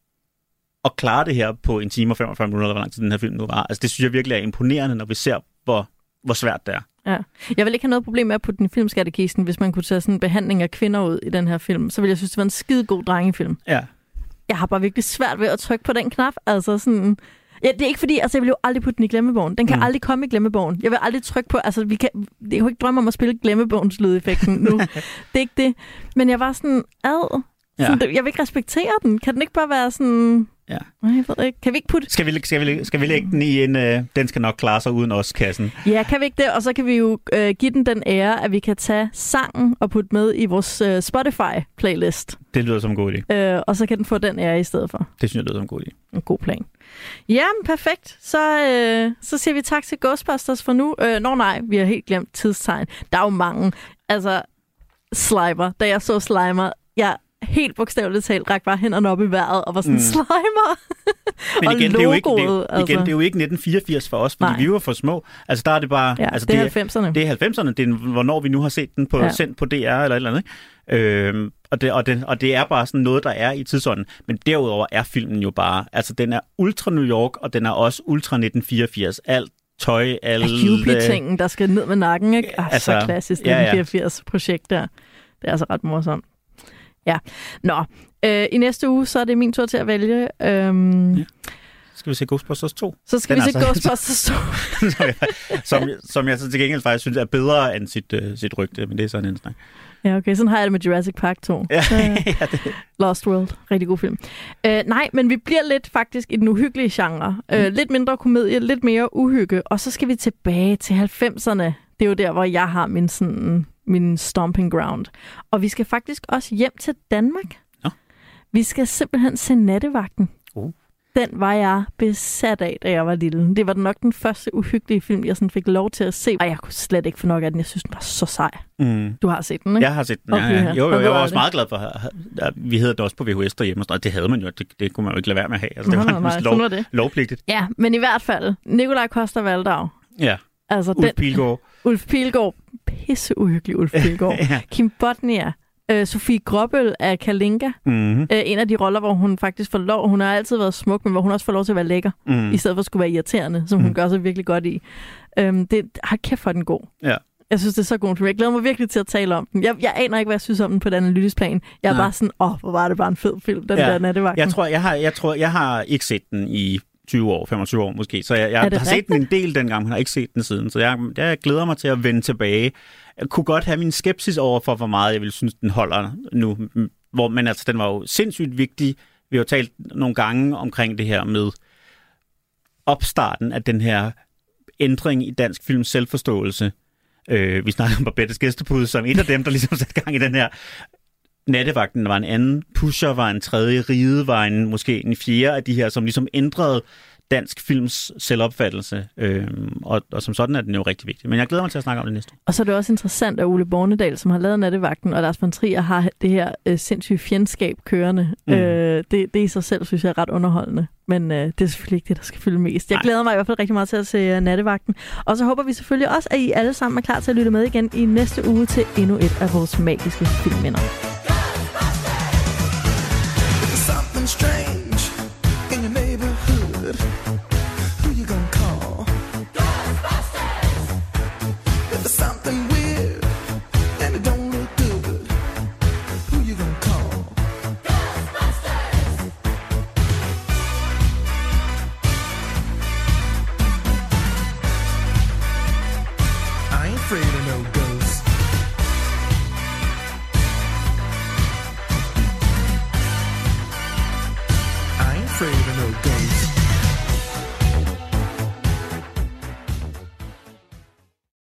at klare det her på en time og femogfyrre minutter, hvor lang tid den her film nu var. Altså, det synes jeg virkelig er imponerende, når vi ser, hvor, hvor svært det er. Ja. Jeg vil ikke have noget problem med at putte den i filmskattekisten, hvis man kunne tage sådan en behandling af kvinder ud i den her film. Så ville jeg synes, det var en skide god drengefilm. Ja. Jeg har bare virkelig svært ved at trykke på den knap. Altså sådan... Ja, det er ikke fordi, altså jeg vil jo aldrig putte den i glemmebogen. Den kan mm. aldrig komme i glemmebogen. Jeg vil aldrig trykke på, altså vi kan, jeg kan ikke drømme om at spille glemmebogens lydeffekten nu. Det er ikke det. Men jeg var sådan, ad, sådan, ja. jeg vil ikke respektere den. Kan den ikke bare være sådan... Ja. Jeg ved ikke. Kan vi ikke putte... Skal vi, skal vi, skal vi lægge den i en, øh, den skal nok klare sig uden os, kassen? Ja, kan vi ikke det? Og så kan vi jo øh, give den den ære, at vi kan tage sangen og putte med i vores øh, Spotify-playlist. Det lyder som en god idé. Øh, og så kan den få den ære i stedet for. Det synes jeg lyder som en god idé. En god plan. Jamen, perfekt. Så, øh, så siger vi tak til Ghostbusters for nu. Øh, Nå nej, vi har helt glemt tidstegn. Der er jo mange. Altså, Slimer. Da jeg så Slimer, jeg helt bogstaveligt talt rakte bare hænderne op i vejret og var sådan, mm. Slimer! Men igen, og det er jo ikke, det, logoet, igen, altså. det er jo ikke nitten fireogfirs for os, fordi Nej. vi var for små. Altså, der er det bare... Ja, altså, det er halvfemserne. Det er halvfemserne, det er, hvornår vi nu har set den på, ja. sendt på D R eller et eller andet, ikke? Øhm, og, det, og, det, og det er bare sådan noget, der er i tidsånden. Men derudover er filmen jo bare... Altså, den er ultra New York, og den er også ultra nitten fireogfirs. Alt tøj, alle... Cupid-tingen, der skal ned med nakken, ikke? Ah, altså, så klassisk ja, ja. nitten fireogfirs-projekt der. Det er altså ret morsomt. Ja. Nå, øh, i næste uge, så er det min tur til at vælge. Øhm, ja. Skal vi se Ghostbusters to? Så skal Den vi se altså, Ghostbusters to. som, jeg, som, som jeg så til gengæld faktisk synes er bedre end sit, uh, sit rygte, men det er sådan en snak. Ja, okay. Sådan har jeg det med Jurassic Park to. Ja, ja, det. Lost World. Rigtig god film. Uh, nej, men vi bliver lidt faktisk i den uhyggelige genre. Uh, mm. Lidt mindre komedie, lidt mere uhygge. Og så skal vi tilbage til halvfemserne. Det er jo der, hvor jeg har min, sådan, min stomping ground. Og vi skal faktisk også hjem til Danmark. Ja. Vi skal simpelthen se Nattevagten. Uh. Den var jeg besat af, da jeg var lille. Det var nok den første uhyggelige film, jeg sådan fik lov til at se. Og jeg kunne slet ikke få nok af den. Jeg synes, den var så sej. Mm. Du har set den, ikke? Jeg har set den, ja. Okay, ja. Jo, jo, jeg var også meget glad for, at vi havde det også på V H S derhjemme. Og det havde man jo, det, det kunne man jo ikke lade være med at have. Altså, det var nej, lov, var det. lovpligtigt. Ja, men i hvert fald, Nikolaj Coster-Waldau. Ja, altså, Ulf Pilgaard. Ulf Pilgaard. Pisse uhyggelig Ulf Pilgaard. Ja. Kim Bodnia. Øh, Sofie Gråbøl af Kalinka. Mm-hmm. Øh, en af de roller, hvor hun faktisk får lov, hun har altid været smuk, men hvor hun også får lov til at være lækker, mm. i stedet for at skulle være irriterende, som mm. hun gør så virkelig godt i. Øhm, det har kæft for den god. Ja. Jeg synes, det er så god. Jeg glæder mig virkelig til at tale om den. Jeg, jeg aner ikke, hvad jeg synes om den på den analytisk plan. Jeg er ja. bare sådan, åh, hvor var det bare en fed film, den ja. der Nattevagten. Jeg tror, jeg har, jeg tror, jeg har ikke set den i tyve år, femogtyve år måske, så jeg, jeg har rigtigt? set den en del dengang, men har ikke set den siden, så jeg, jeg glæder mig til at vende tilbage. Jeg kunne godt have min skepsis over for, hvor meget jeg ville synes, den holder nu. Hvor, men altså, den var jo sindssygt vigtig. Vi har jo talt nogle gange omkring det her med opstarten af den her ændring i dansk films selvforståelse. Øh, vi snakker om Babettes Gæstebud som en af dem, der ligesom satte gang i den her. Nattevagten var en anden, Pusher var en tredje, Ride var en, måske en fjerde af de her, som ligesom ændrede dansk films selvopfattelse, øh, og, og som sådan er den jo rigtig vigtig. Men jeg glæder mig til at snakke om det næste. Og så er det også interessant, at Ole Bornedal, som har lavet Nattevagten, og Lars von Trier har det her øh, sindssyge fjendskab kørende. Mm. Øh, det, det i sig selv, synes jeg, er ret underholdende. Men øh, det er selvfølgelig ikke det, der skal fylde mest. Jeg glæder mig i hvert fald rigtig meget til at se uh, Nattevagten. Og så håber vi selvfølgelig også, at I alle sammen er klar til at lytte med igen i næste uge til endnu et af vores magiske filmminder. Something strange in your neighborhood. Who you gonna call? Ghostbusters! If there's something weird and it don't look good, who you gonna call? Ghostbusters! I ain't afraid of no ghosts. Afraid of no ghosts.